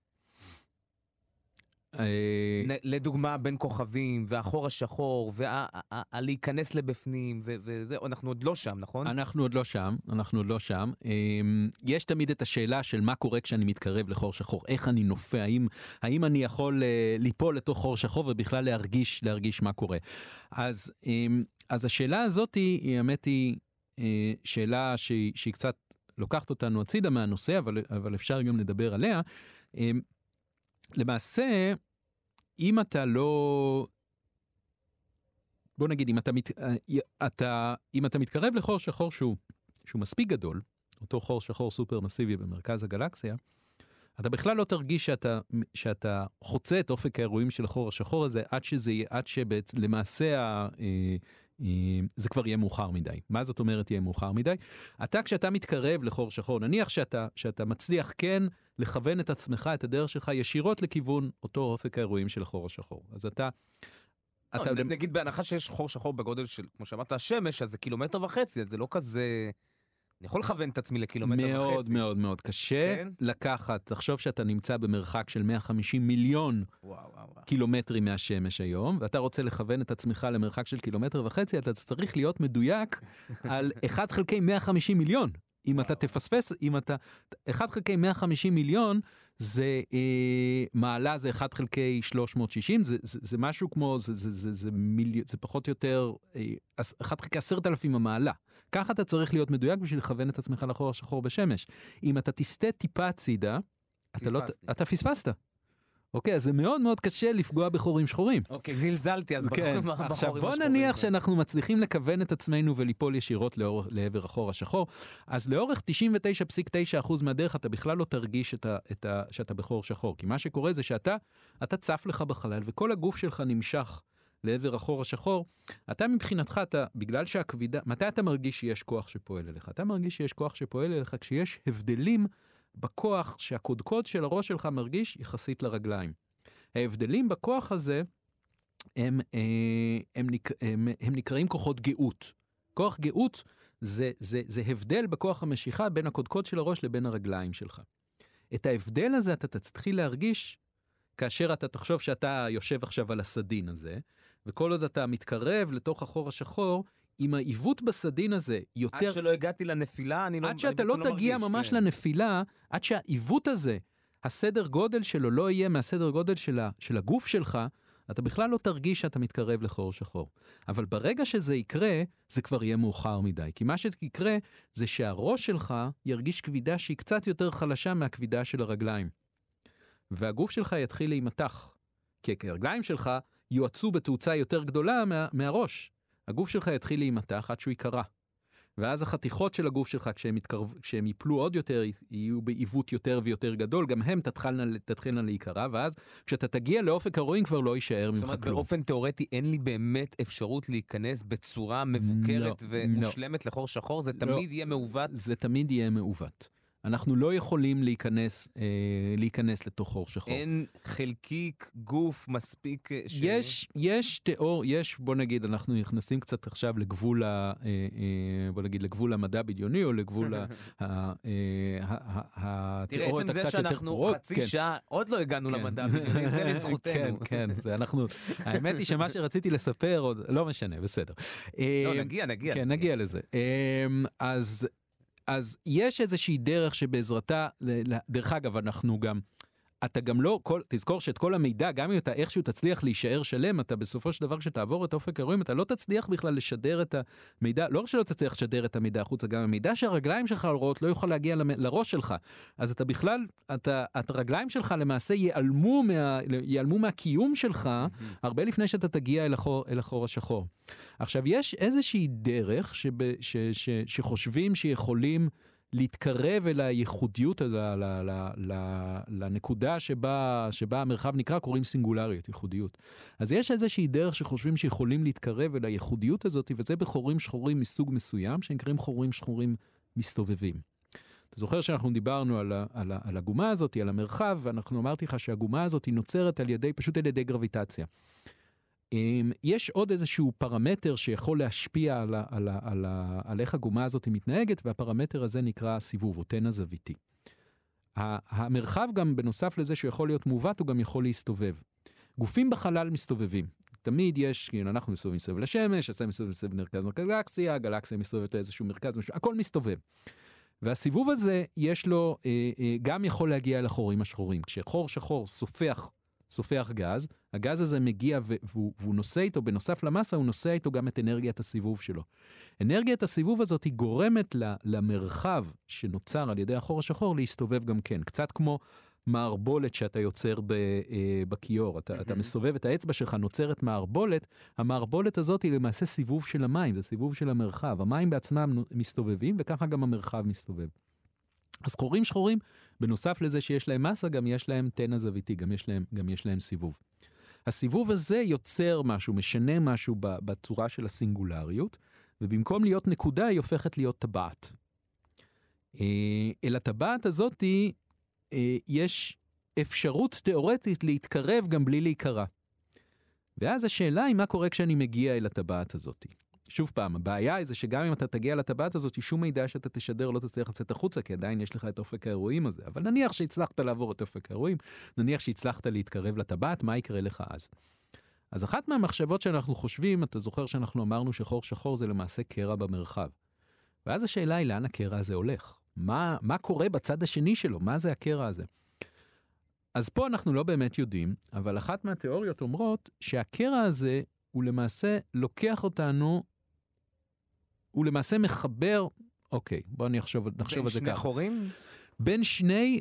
לדוגמה, בין כוכבים, והחור השחור, להיכנס לבפנים, וזהו, אנחנו עוד לא שם, נכון? אנחנו עוד לא שם. יש תמיד את השאלה של מה קורה כשאני מתקרב לחור שחור, איך אני נופע, האם אני יכול ליפול לתוך חור שחור ובכלל להרגיש מה קורה. אז השאלה הזאת היא, האמת היא, שאלה שהיא קצת לוקחת אותנו הצידה מהנושא, אבל אפשר גם לדבר עליה. למעשה, אם אתה לא, בוא נגיד, אם אתה מתקרב לחור שחור שהוא מספיק גדול, אותו חור שחור סופר מסיבי במרכז הגלקסיה, אתה בכלל לא תרגיש שאתה חוצה את אופק האירועים של החור השחור הזה, עד שלמעשה זה כבר יהיה מאוחר מדי. מה זאת אומרת יהיה מאוחר מדי? כשאתה מתקרב לחור שחור, נניח שאתה מצליח כן לכוון את עצמך, את הדרך שלך, ישירות לכיוון אותו אופק האירועים של החור השחור. אז נגיד בהנחה שיש חור שחור בגודל של, כמו שאמרת, השמש, אז זה 1.5 קילומטר, אז זה לא כזה... אני יכול לכוון את עצמי לקילומטר וחצי. מאוד מאוד מאוד קשה לקחת, תחשוב שאתה נמצא במרחק של 150 מיליון קילומטרים מהשמש היום, ואתה רוצה לכוון את עצמך למרחק של 1.5 קילומטר, אתה צריך להיות מדויק על 1 חלקי 150 מיליון. אם אתה תפספס, 1 חלקי 150 מיליון, זה מעלה, זה 1 חלקי 360, זה משהו כמו, זה פחות או יותר 1 חלקי 10,000 המעלה. ככה אתה צריך להיות מדויק בשביל לכוון את עצמך לחור השחור בשמש. אם אתה תסתה טיפה הצידה, אתה פספסת. אוקיי, אז זה מאוד מאוד קשה לפגוע בחורים שחורים. אוקיי, זלזלתי, אז בחורים השחורים. עכשיו בוא נניח שאנחנו מצליחים לכוון את עצמנו וליפול ישירות לעבר החור השחור, אז לאורך 99.9% מהדרך אתה בכלל לא תרגיש שאתה בחור שחור, כי מה שקורה זה שאתה צף לך בחלל, וכל הגוף שלך נמשך לעבר החור השחור, אתה מבחינתך, בגלל שהכבידה, מתי אתה מרגיש שיש כוח שפועל אליך? אתה מרגיש שיש כוח שפועל אליך כשיש הבדלים בכוח שהקודקוד של הראש שלך מרגיש יחסית לרגליים. ההבדלים בכוח הזה הם נקראים כוחות גאות. כוח גאות זה הבדל בכוח המשיכה בין הקודקוד של הראש לבין הרגליים שלך. את ההבדל הזה אתה תתחיל להרגיש כאשר אתה תחשוב שאתה יושב עכשיו על הסדין הזה, וכל עוד אתה מתקרב לתוך החור השחור, עם העיוות בסדין הזה יותר... עד שלא הגעתי לנפילה, עד שאתה לא תגיע ממש לנפילה, עד שהעיוות הזה, הסדר גודל שלו לא יהיה מהסדר גודל של הגוף שלך, אתה בכלל לא תרגיש שאתה מתקרב לחור שחור. אבל ברגע שזה יקרה, זה כבר יהיה מאוחר מדי. כי מה שיקרה זה שהראש שלך ירגיש כבידה שהיא קצת יותר חלשה מהכבידה של הרגליים. והגוף שלך יתחיל להימתח. כי הרגליים שלך יועצו בתאוצה יותר גדולה מהראש. הגוף שלך יתחיל להימתח עד שהוא יקרה. ואז החתיכות של הגוף שלך, כשהם ייפלו עוד יותר, יהיו בעיוות יותר ויותר גדול, גם הם תתחילנה להיקרה, ואז כשאתה תגיע לאופק האירועים כבר לא יישאר ממך כלום. זאת אומרת, באופן תיאורטי אין לי באמת אפשרות להיכנס בצורה מבוקרת ומושלמת לחור שחור, זה תמיד יהיה מעוות? זה תמיד יהיה מעוות. אנחנו לא יכולים להיכנס לתוך חור שחור. אין חלקיק, גוף, מספיק... יש, בוא נגיד, אנחנו נכנסים קצת עכשיו לגבול, בוא נגיד, לגבול המדע בדיוני, או לגבול התיאוריות קצת יותר פרועות. תראה, עצם זה שאנחנו חצי שעה, עוד לא הגענו למדע בדיוני, זה לזכותנו. כן, זה אנחנו... האמת היא שמה שרציתי לספר, עוד לא משנה, בסדר. לא, נגיע. כן, נגיע לזה. אז יש איזושהי דרך שבעזרתה, דרך אגב, אנחנו גם, אתה גם לא, תזכור שאת כל המידע, גם אם אתה איכשהו תצליח להישאר שלם, אתה בסופו של דבר כשתעבור את אופק האירועים, אתה לא תצליח בכלל לשדר את המידע, לא רק שלא תצליח לשדר את המידע החוצה, גם המידע שהרגליים שלך רואות לא יוכל להגיע לראש שלך. אז אתה בכלל, הרגליים שלך למעשה ייעלמו מהקיום שלך, הרבה לפני שאתה תגיע אל החור השחור. עכשיו, יש איזושהי דרך שחושבים שיכולים להתקרב אל הייחודיות, לנקודה שבה המרחב נקרא, קוראים סינגולריות, ייחודיות. אז יש איזושהי דרך שחושבים שיכולים להתקרב אל הייחודיות הזאת, וזה בחורים שחורים מסוג מסוים, שנקראים חורים שחורים מסתובבים. אתה זוכר שאנחנו דיברנו על הגומה הזאת, על המרחב, ואנחנו אמרתי לך שהגומה הזאת היא נוצרת פשוט על ידי גרביטציה. יש עוד איזשהו פרמטר שיכול להשפיע על איך הגומה הזאת מתנהגת, והפרמטר הזה נקרא סיבוב, או תן הזוויתי. המרחב גם בנוסף לזה שהוא יכול להיות מובט, הוא גם יכול להסתובב. גופים בחלל מסתובבים. תמיד יש, אנחנו מסתובבים מסביב לשמש, השמש מסתובב מסביב מרכז הגלקסיה, הגלקסיה מסתובבת לאיזשהו מרכז, הכל מסתובב. והסיבוב הזה יש לו, גם יכול להגיע אל החורים השחורים. כשחור שחור סופח גז, הגז הזה מגיע והוא נושא איתו, בנוסף למסה, הוא נושא איתו גם את אנרגיית הסיבוב שלו. אנרגיית הסיבוב הזאת היא גורמת למרחב שנוצר על ידי החור השחור להסתובב גם כן. קצת כמו מערבולת שאתה יוצר בכיור. אתה מסובב את האצבע שלך, נוצרת מערבולת. המערבולת הזאת היא למעשה סיבוב של המים, זה סיבוב של המרחב. המים בעצמם מסתובבים, וככה גם המרחב מסתובב. אז חורים שחורים, בנוסף לזה שיש להם מסה, גם יש להם תן הזוויתי, גם יש להם סיבוב. הסיבוב הזה יוצר משהו, משנה משהו בצורה של הסינגולריות, ובמקום להיות נקודה, היא הופכת להיות טבעת. אל הטבעת הזאת יש אפשרות תיאורטית להתקרב גם בלי להיקרא. ואז השאלה היא מה קורה כשאני מגיע אל הטבעת הזאת. שוב פעם, הבעיה היא זה שגם אם אתה תגיע לטבעת הזאת, שום מידע שאתה תשדר לא תצליח לצאת החוצה, כי עדיין יש לך את אופק האירועים הזה. אבל נניח שהצלחת לעבור את אופק האירועים, נניח שהצלחת להתקרב לטבעת, מה יקרה לך אז? אז אחת מהמחשבות שאנחנו חושבים, אתה זוכר שאנחנו אמרנו שחור שחור זה למעשה קרע במרחב. ואז השאלה היא לאן הקרע הזה הולך? מה קורה בצד השני שלו? מה זה הקרע הזה? אז פה אנחנו לא באמת יודעים, אבל אחת מהתיאוריות אומרות שהקרע הזה הוא למעשה לוקח אותנו, הוא למעשה מחבר, אוקיי, בואו נחשוב על זה ככה. בין שני חורים? בין שני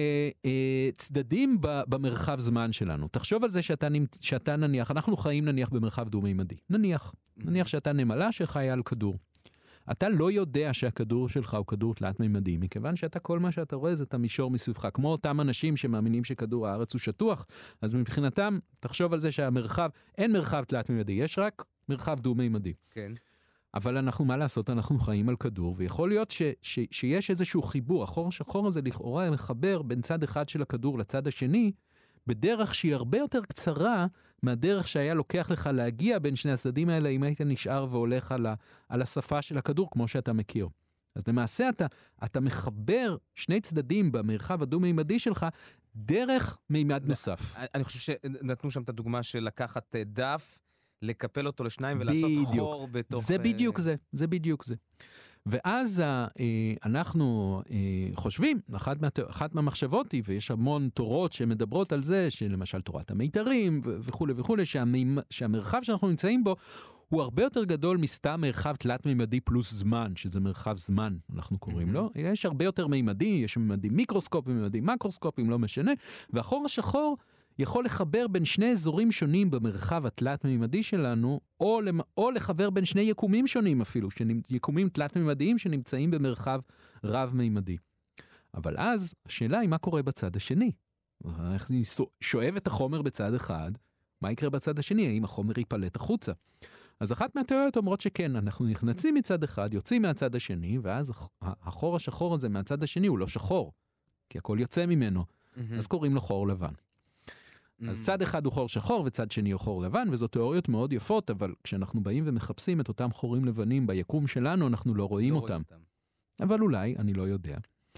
צדדים במרחב זמן שלנו. תחשוב על זה שאתה נניח, אנחנו חיים נניח במרחב דו-מימדי. נניח שאתה נמלה שחיה על כדור. אתה לא יודע שהכדור שלך הוא כדור תלת-מימדי, מכיוון שאתה כל מה שאתה רואה זה את המישור מסביבך. כמו אותם אנשים שמאמינים שכדור הארץ הוא שטוח, אז מבחינתם, תחשוב על זה שהמרחב, אין מרחב תלת-מימדי, יש רק מרחב דו-מימדי. כן. אבל אנחנו, מה לעשות? אנחנו חיים על כדור, ויכול להיות שיש איזשהו חיבור. החור השחור הזה לכאורה מחבר בין צד אחד של הכדור לצד השני, בדרך שהיא הרבה יותר קצרה מהדרך שהיה לוקח לך להגיע בין שני הצדדים האלה, אם היית נשאר והולך על השפה של הכדור, כמו שאתה מכיר. אז למעשה אתה מחבר שני צדדים במרחב הדו-מימדי שלך, דרך מימד נוסף. אני חושב שנתנו שם את הדוגמה של לקחת דף, לקפל אותו לשניים ולעשות חור בתוך... זה בדיוק זה. ואז אנחנו חושבים, אחת מהמחשבות היא, ויש המון תורות שמדברות על זה, שלמשל תורת המיתרים וכו' וכו', שהמרחב שאנחנו נמצאים בו, הוא הרבה יותר גדול מסתם מרחב תלת-מימדי פלוס זמן, שזה מרחב זמן, אנחנו קוראים לו. יש הרבה יותר מימדי, יש מימדים מיקרוסקופיים, מימדים מקרוסקופיים, לא משנה, והחור השחור יכול לחבר בין שני אזורים שונים במרחב התלת-מימדי שלנו, או לחבר בין שני יקומים שונים אפילו, יקומים תלת-מימדיים שנמצאים במרחב רב-מימדי. אבל אז השאלה היא מה קורה בצד השני. אני שואב את החומר בצד אחד, מה יקרה בצד השני? האם החומר ייפלט החוצה? אז אחת מהתיאוריות אומרות שכן, אנחנו נכנסים מצד אחד, יוצאים מהצד השני, ואז החור השחור הזה מהצד השני הוא לא שחור, כי הכל יוצא ממנו. אז קוראים לו חור לבן. אז צד אחד הוא חור שחור וצד שני הוא חור לבן, וזו תיאוריות מאוד יפות, אבל כשאנחנו באים ומחפשים את אותם חורים לבנים ביקום שלנו, אנחנו לא רואים אותם. אבל אולי, אני לא יודע.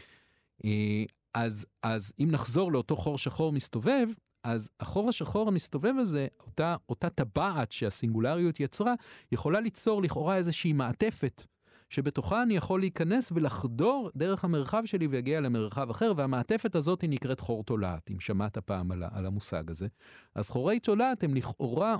אז אם נחזור לאותו חור שחור מסתובב, אז החור השחור המסתובב הזה, אותה טבעת שהסינגולריות יצרה, יכולה ליצור לכאורה איזושהי מעטפת, שבתוכה אני יכול להיכנס ולחדור דרך המרחב שלי והגיע למרחב אחר, והמעטפת הזאת היא נקראת חור תולעת, אם שמעת פעם על המושג הזה. אז חורי תולעת הם לכאורה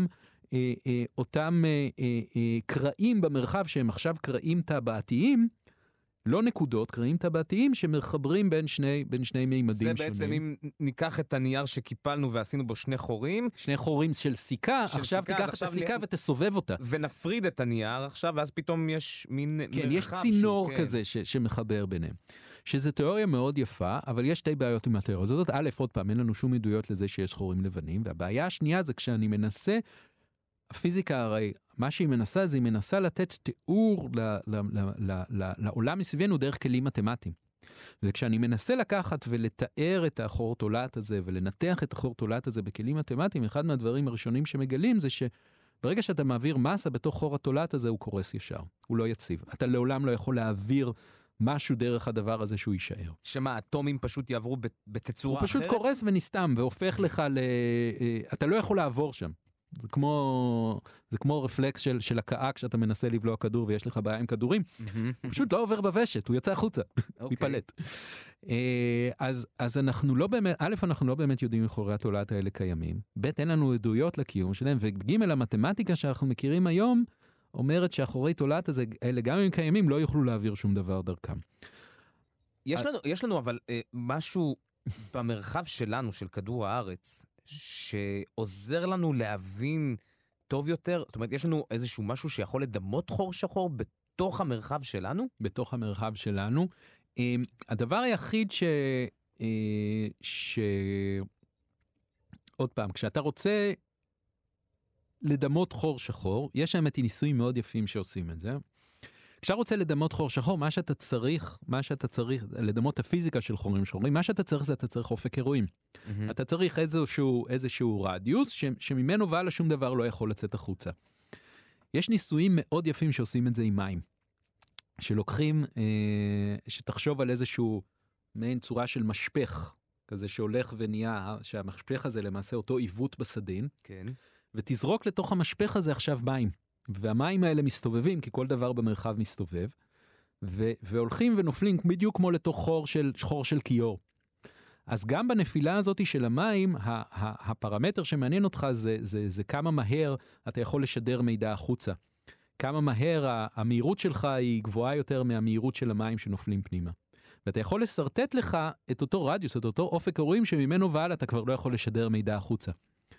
אותם קרעים במרחב שהם עכשיו קרעים טבעתיים, לא נקודות, קרעים טבעתיים שמחברים בין שני מימדים שונים. זה בעצם אם ניקח את הנייר שקיפלנו ועשינו בו שני חורים. שני חורים של סיכה, עכשיו תיקח את הסיכה ותסובב אותה. ונפריד את הנייר עכשיו, ואז פתאום יש מין מרחב. כן, יש צינור כזה שמחבר ביניהם. שזו תיאוריה מאוד יפה, אבל יש שתי בעיות עם התיאוריה הזאת. א', עוד פעם, אין לנו שום עדויות לזה שיש חורים לבנים, והבעיה השנייה זה כשאני מנסה, הפיזיקה הרי, מה שהיא מנסה זה היא מנסה לתת תיאור לעולם מסביבנו דרך כלים מתמטיים. וכשאני מנסה לקחת ולתאר את החור תולעת הזה, ולנתח את החור תולעת הזה בכלים מתמטיים, אחד מהדברים הראשונים שמגלים זה שברגע שאתה מעביר מסה בתוך חור התולעת הזה, הוא קורס ישר, הוא לא יציב. אתה לעולם לא יכול להעביר משהו דרך הדבר הזה שהוא יישאר. שמה, האטומים פשוט יעברו בתצורה אחרת? הוא פשוט קורס ונסתם, והופך לך אתה לא יכול לעבור שם. זה כמו רפלקס של הקאה כשאתה מנסה לבלוע כדור ויש לך בעיה עם כדורים. הוא פשוט לא עובר בוושת, הוא יוצא החוצה, הוא ייפלט. אז אנחנו לא באמת, אנחנו לא באמת יודעים אם חורי התולעת האלה קיימים. ב', אין לנו עדויות לקיום שלהם, וג', המתמטיקה שאנחנו מכירים היום, אומרת שהחורי תולעת האלה, גם אם קיימים, לא יוכלו להעביר שום דבר דרכם. יש לנו אבל משהו במרחב שלנו, של כדור הארץ, שעוזר לנו להבין טוב יותר? זאת אומרת, יש לנו איזשהו משהו שיכול לדמות חור שחור בתוך המרחב שלנו? בתוך המרחב שלנו. הדבר היחיד עוד פעם, כשאתה רוצה לדמות חור שחור, יש האמת ניסויים מאוד יפים שעושים את זה. כשאתה רוצה לדמות חור שחור, מה שאתה צריך, לדמות הפיזיקה של חורים שחורים, מה שאתה צריך זה אתה צריך אופק אירועים. אתה צריך איזשהו רדיוס, שממנו ועלה שום דבר לא יכול לצאת החוצה. יש ניסויים מאוד יפים שעושים את זה עם מים. שלוקחים, שתחשוב על איזשהו מעין צורה של משפך, כזה שהולך ונהיה, שהמשפך הזה למעשה אותו עיוות בסדין, כן. ותזרוק לתוך המשפך הזה עכשיו מים. והמים האלה מסתובבים, כי כל דבר במרחב מסתובב, והולכים ונופלים בדיוק כמו לתוך חור של כיור. אז גם בנפילה הזאת של המים, הפרמטר שמעניין אותך זה כמה מהר אתה יכול לשדר מידע החוצה. כמה מהר המהירות שלך היא גבוהה יותר מהמהירות של המים שנופלים פנימה. ואתה יכול לסרטט לך את אותו רדיוס, את אותו אופק אירועים שממנו ועל אתה כבר לא יכול לשדר מידע החוצה.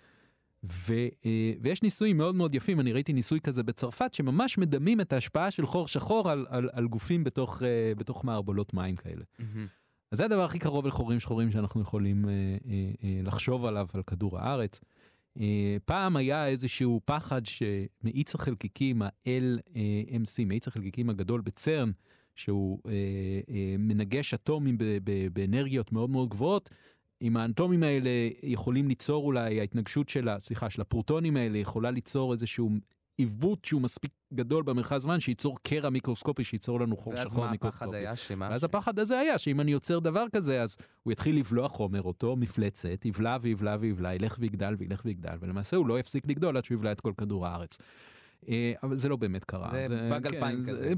ויש ניסויים מאוד מאוד יפים, אני ראיתי ניסוי כזה בצרפת, שממש מדמים את ההשפעה של חור שחור על גופים בתוך מערבולות מים כאלה. אז זה הדבר הכי קרוב לחורים שחורים שאנחנו יכולים לחשוב עליו על כדור הארץ. פעם היה איזשהו פחד שמאיץ החלקיקים, ה-LMC, מאיץ החלקיקים הגדול בצרן, שהוא מנגש אטומים באנרגיות מאוד מאוד גבוהות, אם האטומים האלה יכולים ליצור אולי, ההתנגשות של הפרוטונים האלה יכולה ליצור איזשהו עיוות שהוא מספיק גדול במרחב זמן, שייצור קרע מיקרוסקופי, שייצור לנו חור שחור מיקרוסקופי. ואז הפחד הזה היה, שאם אני יוצר דבר כזה, אז הוא יתחיל לבלוע חומר, אותו מפלצת, יבלע ויבלע ויבלע, ילך ויגדל וילך ויגדל, ולמעשה הוא לא יפסיק לגדול עד שהוא יבלע את כל כדור הארץ. אבל זה לא באמת קרה. זה באג 2000 כזה.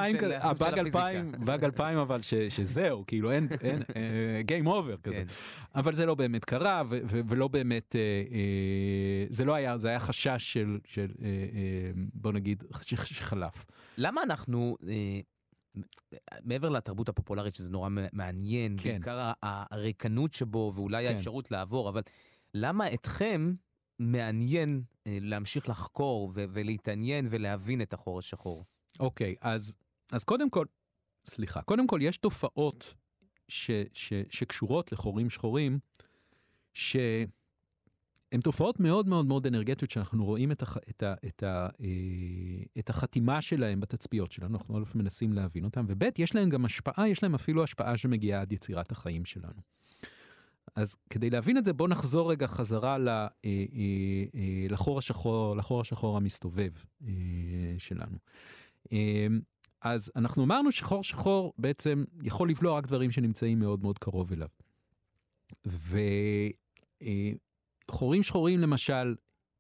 באג 2000 אבל שזהו, כאילו אין game over כזה. אבל זה לא באמת קרה, ולא באמת, זה לא היה, זה היה חשש של בוא נגיד, שחלף. למה אנחנו, מעבר לתרבות הפופולרית, שזה נורא מעניין, בעיקר הריקנות שבו, ואולי האפשרות לעבור, אבל למה אתכם מעניין להמשיך לחקור ולהתעניין ולהבין את החור השחור? אוקיי, אז קודם כל יש תופעות שקשורות לחורים שחורים, שהן תופעות מאוד מאוד מאוד אנרגטיות, שאנחנו רואים את החתימה שלהם בתצפיות שלנו, אנחנו מנסים להבין אותם, ובית יש להם גם השפעה, יש להם אפילו השפעה שמגיעה עד יצירת החיים שלנו. אז כדי להבין את זה, בוא נחזור רגע חזרה לחור השחור המסתובב שלנו. אז אנחנו אמרנו שחור שחור בעצם יכול לבלוע רק דברים שנמצאים מאוד מאוד קרוב אליו. וחורים שחורים למשל,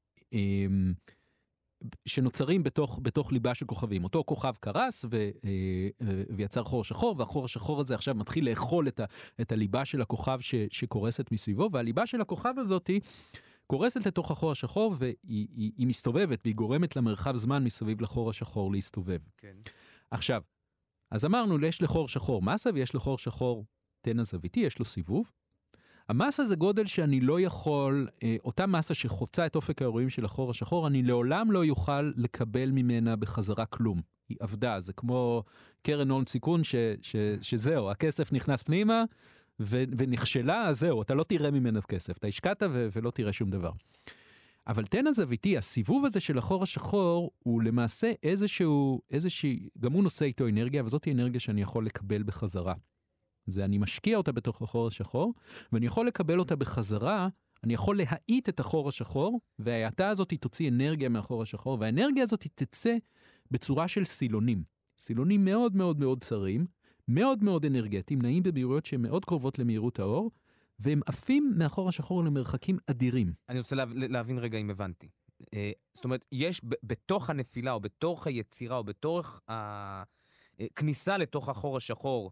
שנוצרים בתוך ליבה של כוכבים. אותו כוכב קרס ויצר חור שחור, והחור השחור הזה עכשיו מתחיל לאכול את הליבה של הכוכב שקורסת מסביבו, והליבה של הכוכב הזאת קורסת לתוך החור השחור, והיא מסתובבת, והיא גורמת למרחב זמן מסביב לחור השחור להסתובב. כן. עכשיו, אז אמרנו, יש לחור שחור מסה, ויש לחור שחור תן הזוויתי, יש לו סיבוב. המסה זה גודל שאני לא יכול, אותה מסה שחוצה את אופק האירועים של החור השחור, אני לעולם לא יוכל לקבל ממנה בחזרה כלום. היא עבדה, זה כמו קרן הון סיכון שזהו, הכסף נכנס פנימה ונכשלה, זהו, אתה לא תראה ממנה כסף, אתה השקעת ולא תראה שום דבר. אבל תן הזוויתי, הסיבוב הזה של החור השחור, הוא למעשה איזושהי, גם הוא נושא איתו אנרגיה, וזאת היא אנרגיה שאני יכול לקבל בחזרה. זה אני משקיע אותה בתוך החור השחור, ואני יכול לקבל אותה בחזרה, אני יכול להאיט את החור השחור, וההאטה הזאת תוציא אנרגיה מהחור השחור, והאנרגיה הזאת תצא בצורה של סילונים. סילונים מאוד מאוד מאוד צרים, מאוד מאוד אנרגטיים, נעים במהירויות שהן מאוד קרובות למהירות האור, והם עפים מהחור השחור למרחקים אדירים. אני רוצה להבין רגע אם הבנתי. זאת אומרת, יש בתוך הנפילה, או בתוך היצירה, או בתוך הכניסה לתוך החור השחור,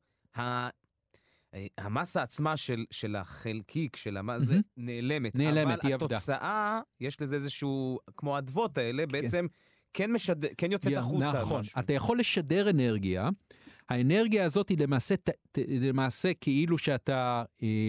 המסה עצמה של החלקיק, של המסה, נעלמת. נעלמת, היא אבל עבדה. התוצאה, יש לזה איזשהו, כמו הדבות האלה, בעצם כן יוצאת החוצה. נכון, אתה יכול לשדר אנרגיה, האנרגיה הזאת היא למעשה כאילו שאתה,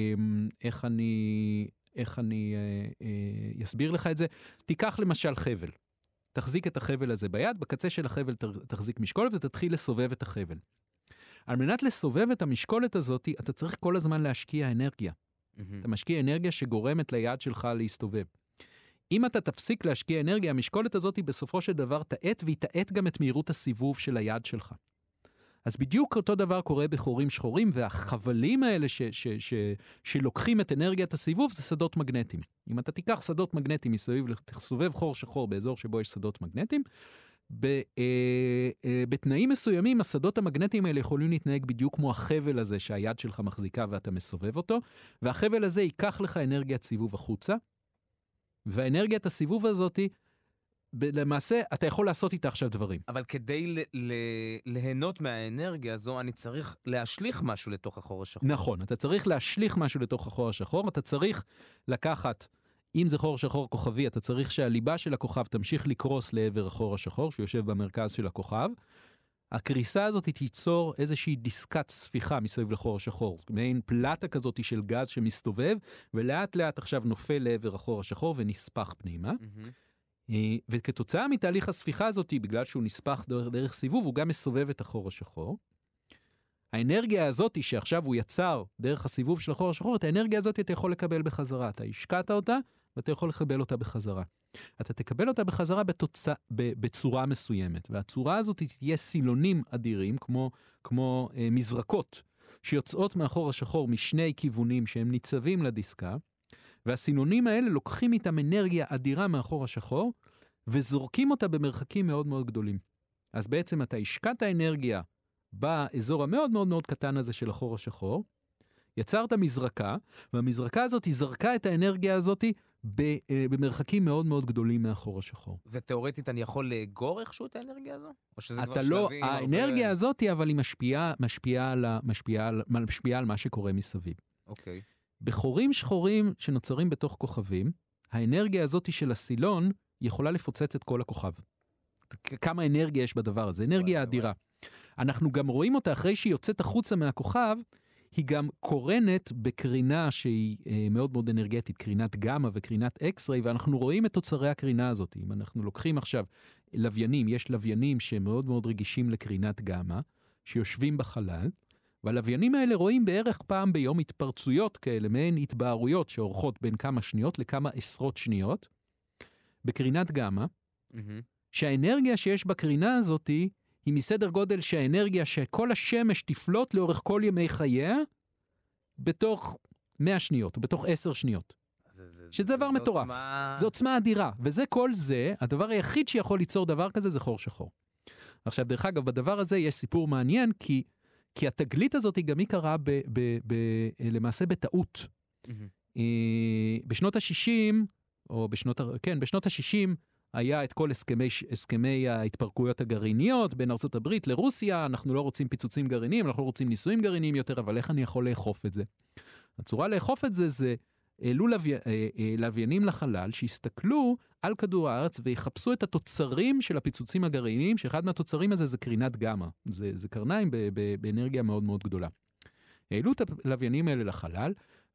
איך אני אסביר לך את זה, תיקח למשל חבל, תחזיק את החבל הזה ביד, בקצה של החבל תחזיק משקולת ותתחיל לסובב את החבל. על מנת לסובב את המשקולת הזאת, אתה צריך כל הזמן להשקיע אנרגיה. אתה משקיע אנרגיה שגורמת ליד שלך להסתובב. אם אתה תפסיק להשקיע אנרגיה, המשקולת הזאת בסופו של דבר תעט, והיא תעט גם את מהירות הסיבוב של היד שלך. אז בדיוק אותו דבר קורה בחורים שחורים, והחבלים האלה שלוקחים את אנרגיית הסיבוב, זה שדות מגנטיים. אם אתה תיקח שדות מגנטיים מסביב, תסובב חור שחור באזור שבו יש שדות מגנטיים, בתנאים מסוימים, השדות המגנטיים האלה יכולים להתנהג בדיוק כמו החבל הזה שהיד שלך מחזיקה ואתה מסובב אותו, והחבל הזה ייקח לך אנרגיית סיבוב החוצה, והאנרגיית הסיבוב הזאת, למעשה, אתה יכול לעשות איתה עכשיו דברים. אבל כדי ליהנות מהאנרגיה הזו, אני צריך להשליך משהו לתוך החור השחור. נכון, אתה צריך להשליך משהו לתוך החור השחור, אתה צריך לקחת, אם זה חור שחור כוכבי, אתה צריך שהליבה של הכוכב תמשיך לקרוס לעבר החור השחור, שיושב במרכז של הכוכב. הקריסה הזאת תיצור איזושהי דיסקת ספיחה מסביב לחור השחור, מעין פלטה כזאת של גז שמסתובב, ולאט לאט עכשיו נופל לעבר החור השחור ונספח פנימה. וכתוצאה מתהליך הספיחה הזאת, בגלל שהוא נספח דרך סיבוב, הוא גם מסובב את החור השחור. האנרגיה הזאת שעכשיו הוא יצר דרך הסיבוב של החור השחור, את האנרגיה הזאת אתה יכול לקבל בחזרה. אתה השקעת אותה ואתה יכול לקבל אותה בחזרה. אתה תקבל אותה בחזרה בצורה מסוימת, והצורה הזאת תהיה סילונים אדירים, כמו מזרקות, שיוצאות מהחור השחור משני כיוונים שהם ניצבים לדיסקה, והסילונים האלה לוקחים איתם אנרגיה אדירה מהחור השחור, וזורקים אותה במרחקים מאוד מאוד גדולים. אז בעצם אתה השקעת אנרגיה באזור המאוד מאוד מאוד קטן הזה של החור השחור, יצרת מזרקה, והמזרקה הזאת היא זרקה את האנרגיה הזאת במרחקים מאוד מאוד גדולים מהחור השחור. ותיאורטית אני יכול לאגור איכשהו את האנרגיה הזו? או שזה כבר שלבים? האנרגיה הזאת אבל היא משפיעה על מה שקורה מסביב. אוקיי. בחורים שחורים שנוצרים בתוך כוכבים, האנרגיה הזאת של הסילון יכולה לפוצץ את כל הכוכב. כמה אנרגיה יש בדבר הזה? אנרגיה אדירה. אנחנו גם רואים אותה אחרי שהיא יוצאת החוצה מהכוכב, היא גם קורנת בקרינה שהיא מאוד מאוד אנרגטית, קרינת גמא וקרינת אקס-ריי, ואנחנו רואים את תוצרי הקרינה הזאת. אם אנחנו לוקחים עכשיו לוויינים, יש לוויינים שמאוד מאוד רגישים לקרינת גמא, שיושבים בחלל, והלוויינים האלה רואים בערך פעם ביום התפרצויות כאלה, מעין התבהרויות שאורכות בין כמה שניות לכמה עשרות שניות, בקרינת גמא, שהאנרגיה שיש בקרינה הזאת היא מסדר גודל שהאנרגיה שכל השמש תפלוט לאורך כל ימי חייה, בתוך 100 שניות, או בתוך 10 שניות. שזה דבר מטורף. זה עוצמה אדירה. וזה כל זה, הדבר היחיד שיכול ליצור דבר כזה זה חור שחור. עכשיו, דרך אגב, בדבר הזה יש סיפור מעניין, כי התגלית הזאת גם היא קרה למעשה בטעות. בשנות ה-60, או בשנות ה-60, היה את כל הסכמי ההתפרקויות הגרעיניות בין ארצות הברית לרוסיה, אנחנו לא רוצים פיצוצים גרעיניים, אנחנו לא רוצים ניסויים גרעיניים יותר, אבל איך אני יכול לאכוף את זה? הצורה לאכוף את זה זה, העלו לוויינים לחלל שהסתכלו על כדור הארץ ויחפשו את התוצרים של הפיצוצים הגרעיניים, שאחד מהתוצרים הזה זה קרינת גמא, זה קרניים באנרגיה מאוד מאוד גדולה. העלו את הלוויינים האלה לחלל,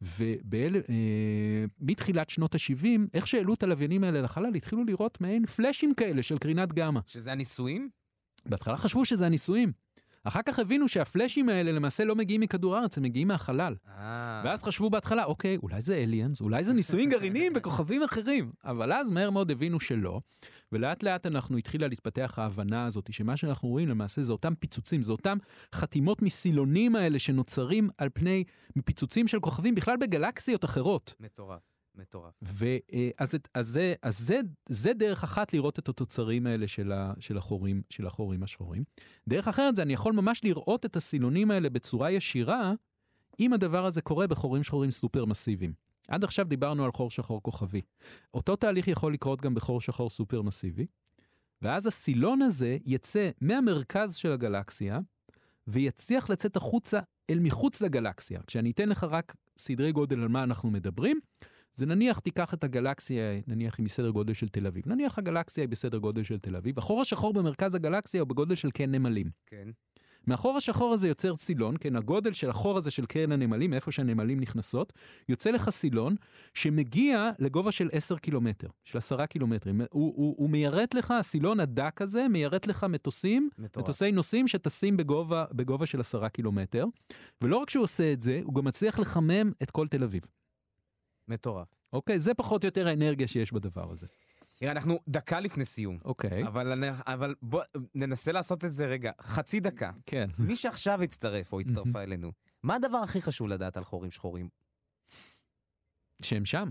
ומתחילת שנות ה-70, איך שהעלו את הלוויינים האלה לחלל, התחילו לראות מעין פלאשים כאלה של קרינת גמא. שזה הניסויים? בהתחלה חשבו שזה הניסויים. אחר כך הבינו שהפלאשים האלה למעשה לא מגיעים מכדור הארץ, הם מגיעים מהחלל. ואז חשבו בהתחלה, אוקיי, אולי זה אליאנס, אולי זה ניסויים גרעיניים בכוכבים אחרים. אבל אז מהר מאוד הבינו שלא. ולאט לאט אנחנו התחילה להתפתח ההבנה הזאת, שמה שאנחנו רואים למעשה זה אותם פיצוצים, זה אותם חתימות מסילונים האלה שנוצרים על פני מפיצוצים של כוכבים, בכלל בגלקסיות אחרות. מטורף. אז זה דרך אחת לראות את התוצרים האלה של החורים השחורים. דרך אחרת זה אני יכול ממש לראות את הסילונים האלה בצורה ישירה, אם הדבר הזה קורה בחורים שחורים סופר מסיביים. עד עכשיו דיברנו על חור שחור כוכבי. אותו תהליך יכול לקרות גם בחור שחור סופר מסיבי, ואז הסילון הזה יצא מהמרכז של הגלקסיה, ויצליח לצאת החוצה אל מחוץ לגלקסיה. כשאני אתן לך רק סדרי גודל על מה אנחנו מדברים, זה נניח תיקח את הגלקסיה, נניח היא בסדר גודל של תל אביב. נניח הגלקסיה היא בסדר גודל של תל אביב. החור השחור במרכז הגלקסיה הוא בגודל של קן נמלים. כן. מהחור השחור הזה יוצר סילון, כן, הגודל של החור הזה של קרן הנמלים, איפה שהנמלים נכנסות, יוצא לך סילון שמגיע לגובה של 10 קילומטר, של 10 קילומטרים. הוא מיירט לך, הסילון הדק הזה, מיירט לך מטוסי נוסעים שטסים בגובה של 10 קילומטר, ולא רק שהוא עושה את זה, הוא גם מצליח לחמם את כל תל אביב. מטורף. אוקיי, זה פחות או יותר האנרגיה שיש בדבר הזה. אנחנו דקה לפני סיום. אוקיי. אבל בוא ננסה לעשות את זה רגע. חצי דקה. כן. מי שעכשיו הצטרף או הצטרפה אלינו, מה הדבר הכי חשוב לדעת על חורים שחורים? שהם שם.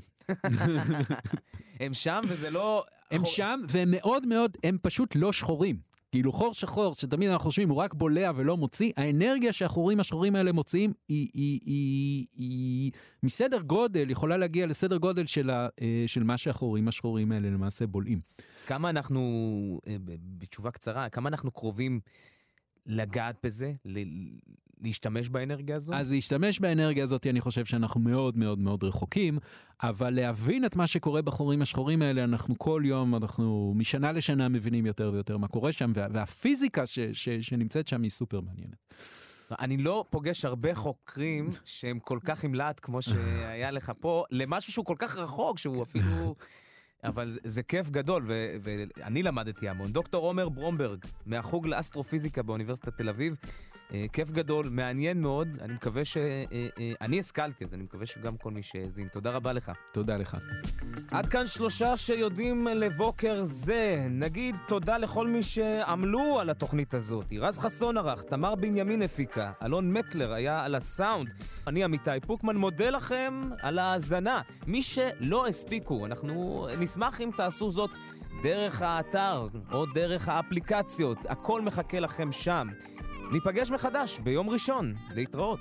הם שם וזה לא... הם שם והם מאוד מאוד, הם פשוט לא שחורים. כאילו חור שחור, שתמיד אנחנו חושבים, הוא רק בולע ולא מוציא, האנרגיה שהחורים השחורים האלה מוציאים, היא מסדר גודל, יכולה להגיע לסדר גודל של מה שהחורים השחורים האלה למעשה בולעים. כמה אנחנו, בתשובה קצרה, כמה אנחנו קרובים לגעת בזה, להשתמש באנרגיה הזו? אז להשתמש באנרגיה הזאת, אני חושב שאנחנו מאוד מאוד מאוד רחוקים, אבל להבין את מה שקורה בחורים השחורים האלה, אנחנו כל יום, אנחנו משנה לשנה מבינים יותר ויותר מה קורה שם, והפיזיקה שנמצאת שם היא סופר מעניינת. אני לא פוגש הרבה חוקרים שהם כל כך עם להט כמו שהיה לך פה, למשהו שהוא כל כך רחוק, שהוא אפילו... אבל זה כיף גדול, ואני למדתי המון. דוקטור עומר ברומברג, מהחוג לאסטרופיזיקה באוניברסיטת תל אביב, כיף גדול, מעניין מאוד, אני מקווה אני השכלתי, אז אני מקווה שגם כל מי שהזין. תודה רבה לך. תודה לך. עד כאן 3 שיודעים לבוקר זה. נגיד תודה לכל מי שעמלו על התוכנית הזאת. רז חסון ערך, תמר בנימין הפיקה, אלון מקלר היה על הסאונד. אני אמיתי פוקמן, מודה לכם על ההאזנה. מי שלא הספיקו, אנחנו נשמח אם תעשו זאת דרך האתר או דרך האפליקציות. הכל מחכה לכם שם. ניפגש מחדש ביום ראשון. להתראות.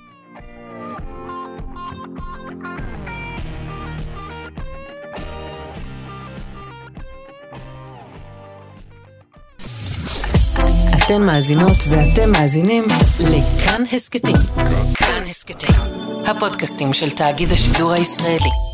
אתן מאזינות ואתם מאזינים לכאן הסקטים. כאן הסקטים, הפודקאסטים של תאגיד השידור הישראלי.